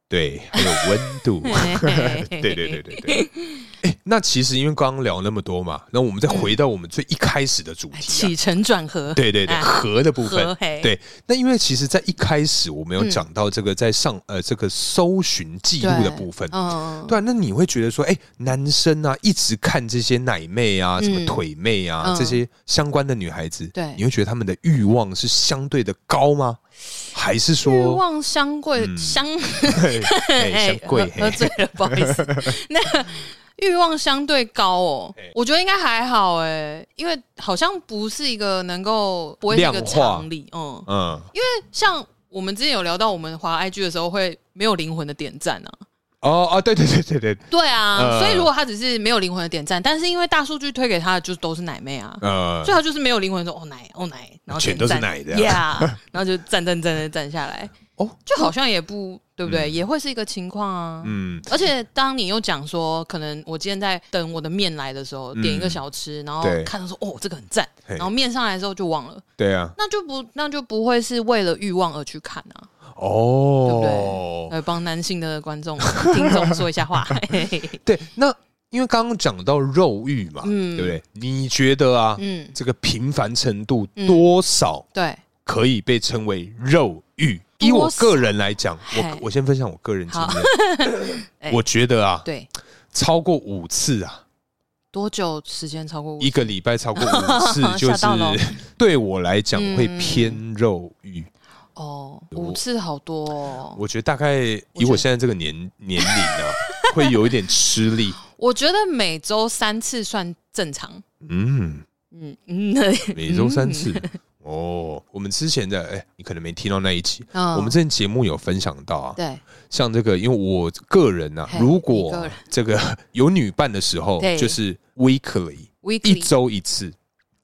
对，还有温度。对对对对对。欸、那其实因为刚刚聊那么多嘛，那我们再回到我们最一开始的主题、啊， 起承转合。 对对对，合的部分。对，那因为其实在一开始我们有讲到这个在上、嗯、呃这个搜寻记录的部分，对，嗯、对啊，那你会觉得说，哎、欸，男生啊一直看这些奶妹啊、什么腿妹啊、嗯、这些相关的女孩子，对，你会觉得他们的欲望是相对的高吗？还是说欲望相贵、嗯、相相贵喝醉了，不好意思，那个。欲望相对高哦，我觉得应该还好哎，因为好像不是一个能够不会是一个常理，嗯嗯，因为像我们之前有聊到，我们滑 I G 的时候会没有灵魂的点赞啊。 哦哦，对对对对对， 对啊，呃、所以如果他只是没有灵魂的点赞，但是因为大数据推给他的就都是奶妹啊，呃、所以他就是没有灵魂说哦奶哦奶，然后全都是奶的、 啊 ，Yeah， 然后就赞赞赞赞赞下来，哦，就好像也不对不对、嗯，也会是一个情况啊，嗯，而且当你又讲说，可能我今天在等我的面来的时候，嗯、点一个小吃，然后看到说哦这个很赞，然后面上来的时候就忘了，对啊，那就不那就不会是为了欲望而去看啊。哦，对不对？来帮男性的观众、听众说一下话。 对，那因为刚刚讲到肉欲嘛，嗯、对不对？你觉得啊，嗯、这个频繁程度多少？嗯、对，可以被称为肉欲？以我个人来讲，我我先分享我个人经验，我觉得啊，对，超过五次啊。 多久时间超过五次？ 一个礼拜超过五次，就是对我来讲会偏肉欲。 哦，五次好多哦！ 我觉得大概以我现在这个年年龄啊，会有一点吃力。 我觉得每周三次算正常。嗯嗯嗯，每周三次。哦，我们之前的哎、欸，你可能没听到那一集，哦、我们之前节目有分享到啊。对，像这个，因为我个人啊，如果这个有女伴的时候，就是 weekly， 一周一次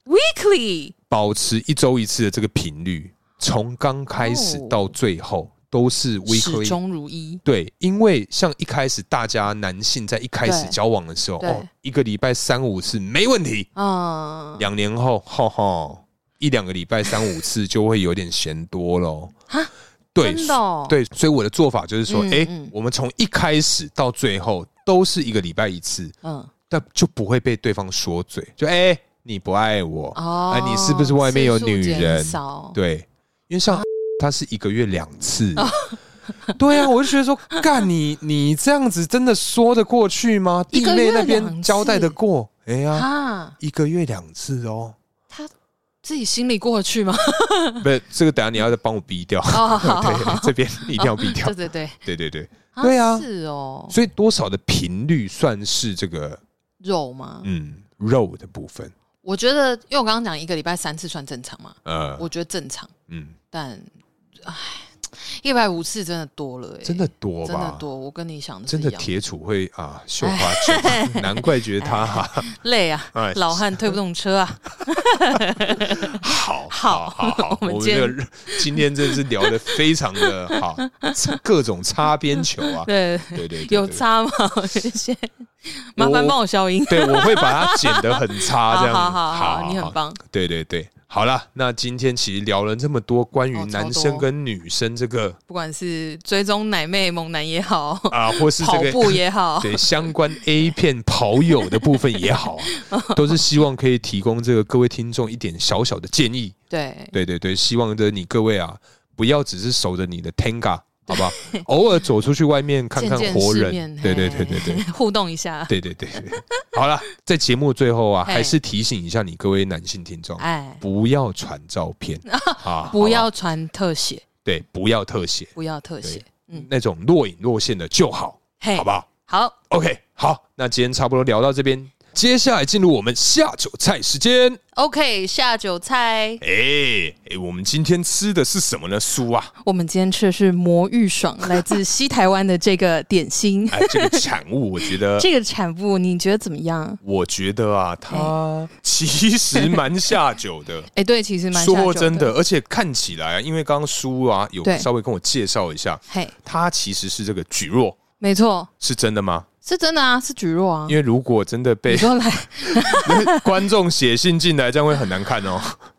，weekly 保持一周一次的这个频率。从刚开始到最后都是 weekly， 始终如一。 对，因为像一开始大家男性在一开始交往的时候，哦，一个礼拜三五次没问题。嗯，两年后，哈哈，一两个礼拜三五次就会有点嫌多了。哈，对，真的哦、对，所以我的做法就是说，哎、嗯嗯，我们从一开始到最后都是一个礼拜一次，嗯，但就不会被对方说嘴，就哎、欸，你不爱我，哦、啊，你是不是外面有女人？对。因为像他是一个月两次，对啊，我就觉得说，干你你这样子真的说得过去吗？弟妹那边交代得过？哎呀，一个月两次哦， 他自己心里过得去吗？ 不是，这个等一下你要再帮我逼掉，对，这边一定要逼掉， 对对对， 对对对，对啊， 是哦， 所以多少的频率算是这个肉吗？ 嗯，肉的部分。 我觉得，因为我刚刚讲一个礼拜三次算正常嘛，呃，我觉得正常，嗯，但，唉，一百五次真的多了、欸， 真的多吧？ 真的多，我跟你想的是真的铁杵会啊，绣花针，难怪觉得他、啊、 累啊，老汉推不动车啊。 好，好，好，好，我们这个今天真的是聊得非常的好，各种擦边球啊， 对对 对, 對，有擦吗？谢谢。麻烦帮我消音， 对，我会把它剪得很差，这样子。 好好 好, 好，你很棒。 对对对，好啦，那今天其实聊了这么多关于男生跟女生这个， 不管是追踪奶妹猛男也好啊，或是这个跑步也好， 对相关 A 片跑友的部分也好啊，都是希望可以提供这个各位听众一点小小的建议。对对对对，希望的你各位啊，不要只是守着你的 Tenga。好不好？偶尔走出去外面看看活人，见见对对对对对， 互动一下。 对对对对，好了，在节目最后啊，还是提醒一下你各位男性听众，哎，不要传照片啊，不要传特写， 对，不要特写， 不要特写， 嗯，那种若隐若现的就好，好不好？ 好 ，OK， 好，那今天差不多聊到这边。接下来进入我们下酒菜时间。 OK， 下酒菜。 哎、欸欸、我们今天吃的是什么呢？酥啊！ 我们今天吃的是魔芋爽，来自西台湾的这个点心。 哎，这个产物我觉得， 这个产物你觉得怎么样？ 我觉得啊，它其实蛮下酒的。 哎、欸，对，其实蛮下酒的。 说真的，而且看起来，因为刚刚酥啊有稍微跟我介绍一下，它其实是这个蒟蒻。 没错， 是真的吗？ 是真的啊，是蒟蒻啊。 因为如果真的被观众写信进来，这样会很难看哦。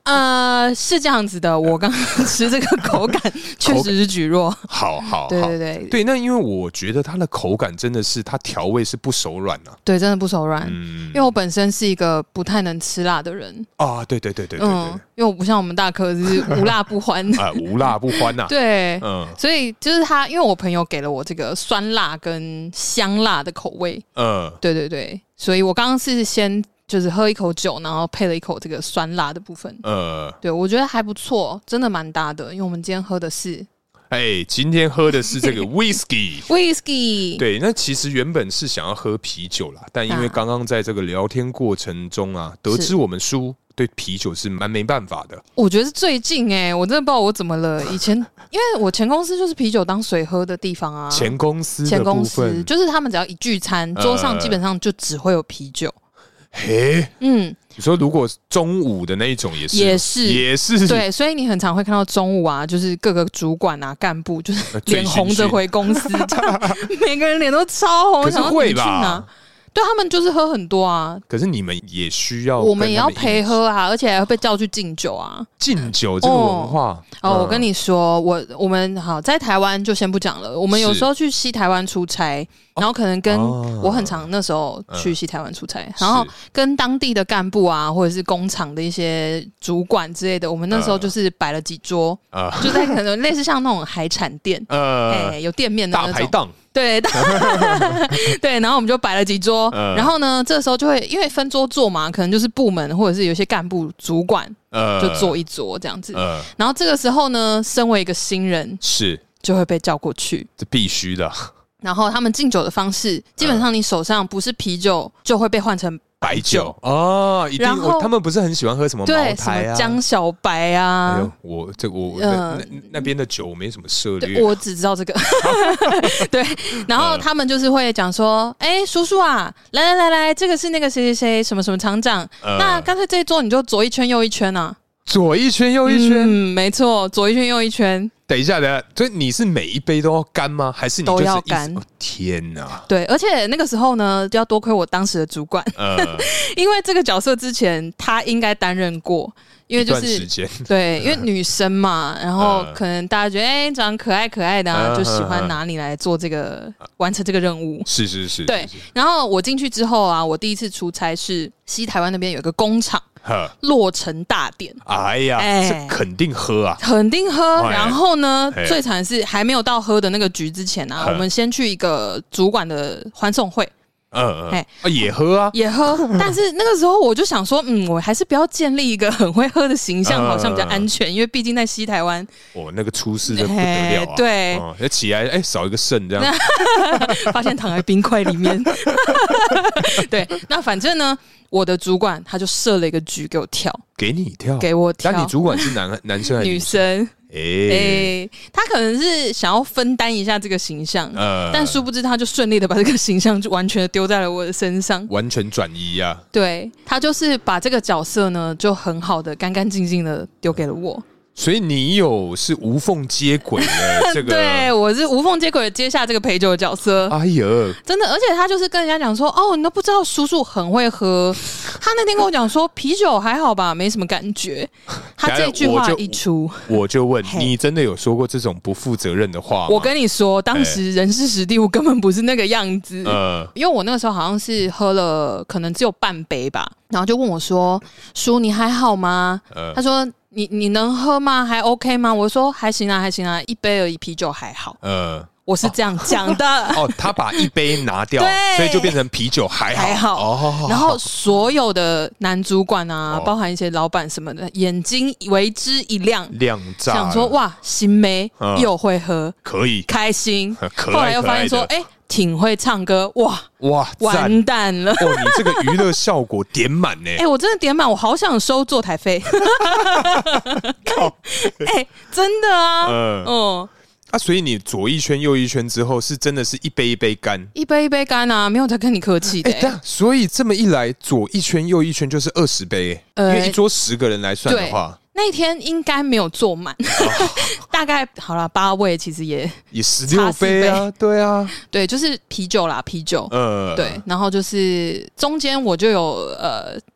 呃，是这样子的，我刚刚吃这个口感确实是蒟蒻。 好好， 对对对对，那因为我觉得它的口感真的是它调味是不手软啊， 对，真的不手软。嗯，因为我本身是一个不太能吃辣的人啊，对对对对对对，嗯， 因为我不像我们大哥是无辣不欢啊，无辣不欢呐， 对，嗯，所以就是他，因为我朋友给了我这个酸辣跟香辣的口味，嗯，对对对，所以我刚刚是先。就是喝一口酒，然后配了一口这个酸辣的部分。呃，对，我觉得还不错，真的蛮搭的。因为我们今天喝的是， 哎，今天喝的是这个 whisky， whisky。 对，那其实原本是想要喝啤酒啦，但因为刚刚在这个聊天过程中啊，得知我们叔对啤酒是蛮没办法的。 我觉得是最近哎、欸，我真的不知道我怎么了。以前因为我前公司就是啤酒当水喝的地方啊， 前公司前公司就是他们只要一聚餐，桌上基本上就只会有啤酒。 嘿，嗯，你说如果中午的那一种也是， 也是， 也是， 对，所以你很常会看到中午啊，就是各个主管啊、干部，就是脸红着回公司，每个人脸都超红， 可是会吧？ 对他们就是喝很多啊， 可是你们也需要， 我们也要陪喝啊，而且还要被叫去敬酒啊。 敬酒这个文化哦， 哦嗯、我跟你说，我我们好在台湾就先不讲了，我们有时候去西台湾出差，然后可能跟、哦、我很常那时候去西台湾出差，嗯、然后跟当地的干部啊，或者是工厂的一些主管之类的，我们那时候就是摆了几桌，呃、就在可能类似像那种海产店，呃，哎、欸，有店面的那种大排档。 对对，然后我们就摆了几桌，呃、然后呢，这时候就会因为分桌坐嘛，可能就是部门或者是有些干部、主管，呃、就坐一桌这样子。呃、然后这个时候呢，身为一个新人， 是就会被叫过去， 这必须的。 然后他们敬酒的方式，基本上你手上不是啤酒，就会被换成白酒哦，一定。然后他们不是很喜欢喝什么茅台啊、 江小白啊。 哎呦，我这我、呃、那那边的酒我没什么涉猎， 我只知道这个。对，然后他们就是会讲说：“哎、欸，叔叔啊，来来来来，这个是那个谁谁谁什么什么厂长，呃、那干脆这一桌你就左一圈右一圈啊。” 左一圈右一圈， 嗯，没错，左一圈右一圈。 等一下，等一下，所以你是每一杯都要干吗？还是你就是都要干？ 哦、天哪！ 对，而且那个时候呢，就要多亏我当时的主管，呃、因为这个角色之前他应该担任过，因为就是一段时间对，因为女生嘛，然后可能大家觉得哎、欸、长得可爱可爱的、啊，呃、就喜欢拿你来做这个、呃、完成这个任务。 是是是， 对。然后我进去之后啊，我第一次出差是西台湾那边有一个工厂。落成大典， 哎呀，哎这肯定喝啊， 肯定喝。然后呢，最惨是还没有到喝的那个局之前啊，我们先去一个主管的欢送会。 嗯嗯，啊也喝啊， 也喝，但是那个时候我就想说，嗯，我还是不要建立一个很会喝的形象，好像比较安全，因为毕竟在西台湾， 哦，那个出事的不得了啊， 对， 要、嗯、起来，哎，少一个肾这样， 发现躺在冰块里面，对，那反正呢，我的主管他就设了一个局给我跳， 给你跳， 给我跳， 但你主管是男男生还是女生？哎、欸欸，他可能是想要分担一下这个形象，呃、但殊不知他就顺利的把这个形象就完全的丢在了我的身上， 完全转移啊！ 对，他就是把这个角色呢，就很好的、干干净净的丢给了我。 所以你有是无缝接轨的这个， 对，我是无缝接轨的接下这个陪酒的角色。 哎呀， 真的，而且他就是跟人家讲说，哦，你都不知道叔叔很会喝。他那天跟我讲说，啤酒还好吧，没什么感觉。他这句话一出， 我就问你，真的有说过这种不负责任的话吗？ 我跟你说，当时人事实地物根本不是那个样子。呃，因为我那个时候好像是喝了，可能只有半杯吧，然后就问我说：“叔，你还好吗？”呃、他说。你你能喝吗？还 OK 吗？我说还行啊，还行啊，一杯而已，啤酒还好。呃，我是这样讲的。 哦，他把一杯拿掉，所以就变成啤酒还好。还好。哦， 然后所有的男主管啊，哦、包含一些老板什么的，眼睛为之一亮， 亮炸， 想说哇，新妹、嗯、又会喝， 可以开心。 可后来又发现说，哎、欸。挺会唱歌哇哇， 完蛋了！ 哦，你这个娱乐效果点满呢！ 哎、欸，我真的点满，我好想收坐台费。靠！哎、欸，真的啊，嗯嗯啊，所以你左一圈右一圈之后，是真的是一杯一杯干， 一杯一杯干啊，没有在跟你客气的、欸。 哎、欸，所以这么一来，左一圈右一圈就是二十杯、欸，呃、因为一桌十个人来算的话。 那一天应该没有坐满，哦、大概好了八位，其实也也十六杯啊，对啊， 对，就是啤酒啦，啤酒，呃，对，然后就是中间我就有呃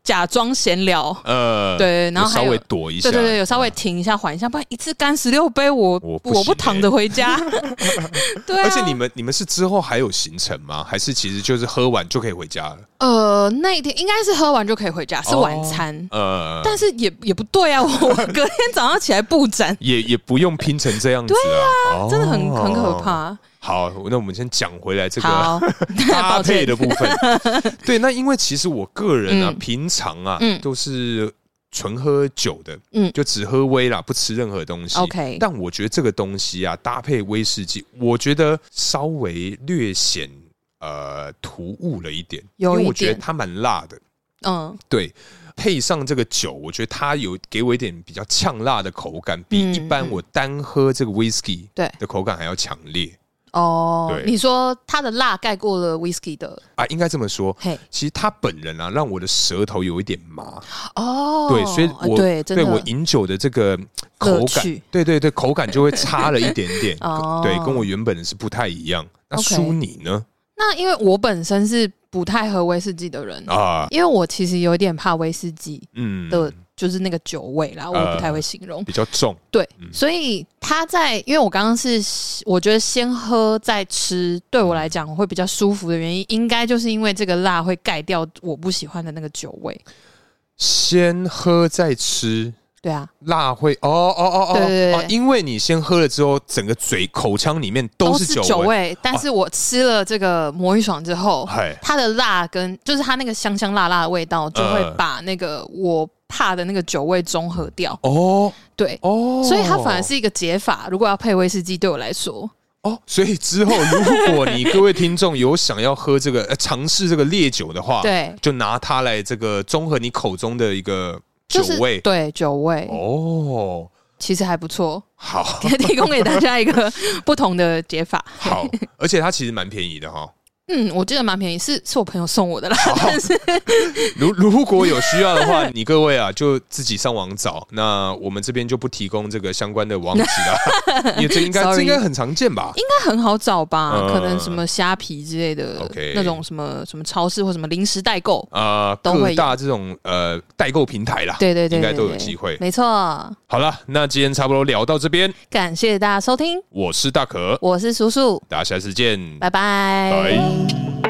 假装闲聊，呃，对，然后稍微躲一下， 对对对，有稍微停一下，缓一下，不然一次干十六杯，我我不、欸、我不躺着回家。对、啊， 而且你们你们是之后还有行程吗？还是其实就是喝完就可以回家了？ 呃，那一天应该是喝完就可以回家，是晚餐。哦、呃，但是也也不对啊，我隔天早上起来布展， 也也不用拼成这样子啊， 对啊，哦、真的很很可怕。 好，那我们先讲回来这个搭配的部分。对，那因为其实我个人啊，嗯、平常啊、嗯、都是纯喝酒的，嗯，就只喝威啦，不吃任何东西。 OK， 但我觉得这个东西啊，搭配威士忌，我觉得稍微略显呃突兀了一点， 有一点， 因为我觉得它蛮辣的。嗯，对。配上这个酒，我觉得它有给我一点比较呛辣的口感，比一般我单喝这个 whisky 的口感还要强烈。 哦，你说它的辣盖过了 whisky 的啊，应该这么说。Hey. 其实他本人啊，让我的舌头有一点麻。哦，对，所以我对, 对我饮酒的这个口感，对对对，口感就会差了一点点。哦，对，跟我原本是不太一样。那舒你呢？ 那因为我本身是不太喝威士忌的人啊，因为我其实有点怕威士忌嗯的。就是那个酒味啦，我不太会形容，呃、 比较重。 对，嗯、所以他在，因为我刚刚是我觉得先喝再吃，对我来讲会比较舒服的原因，应该就是因为这个辣会盖掉我不喜欢的那个酒味。 先喝再吃。 对啊， 辣会哦哦哦哦，对对对、啊，因为你先喝了之后，整个嘴口腔里面都是酒味，都是酒味。 但是我吃了这个魔芋爽之后，哦、它的辣跟就是它那个香香辣辣的味道，就会把那个我怕的那个酒味中和掉。哦，对，哦，所以它反而是一个解法。如果要配威士忌，对我来说。 哦，所以之后如果你各位听众有想要喝这个尝、呃、试这个烈酒的话， 对， 就拿它来这个中和你口中的一个。酒味、 就是、对酒味哦，其实还不错。 好， 提供给大家一个不同的解法。 好，而且它其实蛮便宜的哈。 嗯，我记得蛮便宜，是是我朋友送我的啦。但是如如果有需要的话，你各位啊就自己上网找。那我们这边就不提供这个相关的网址啦，因为这应该这应该很常见吧？ 应该很好找吧？嗯、可能什么虾皮之类的， okay, 那种什么什么超市或什么零食代购啊、呃， 都会各大这种呃代购平台啦。 对对 对, 对， 应该都有机会。 没错。 好了，那今天差不多聊到这边， 感谢大家收听。 我是大可， 我是叔叔， 大家下次见， 拜拜。 拜。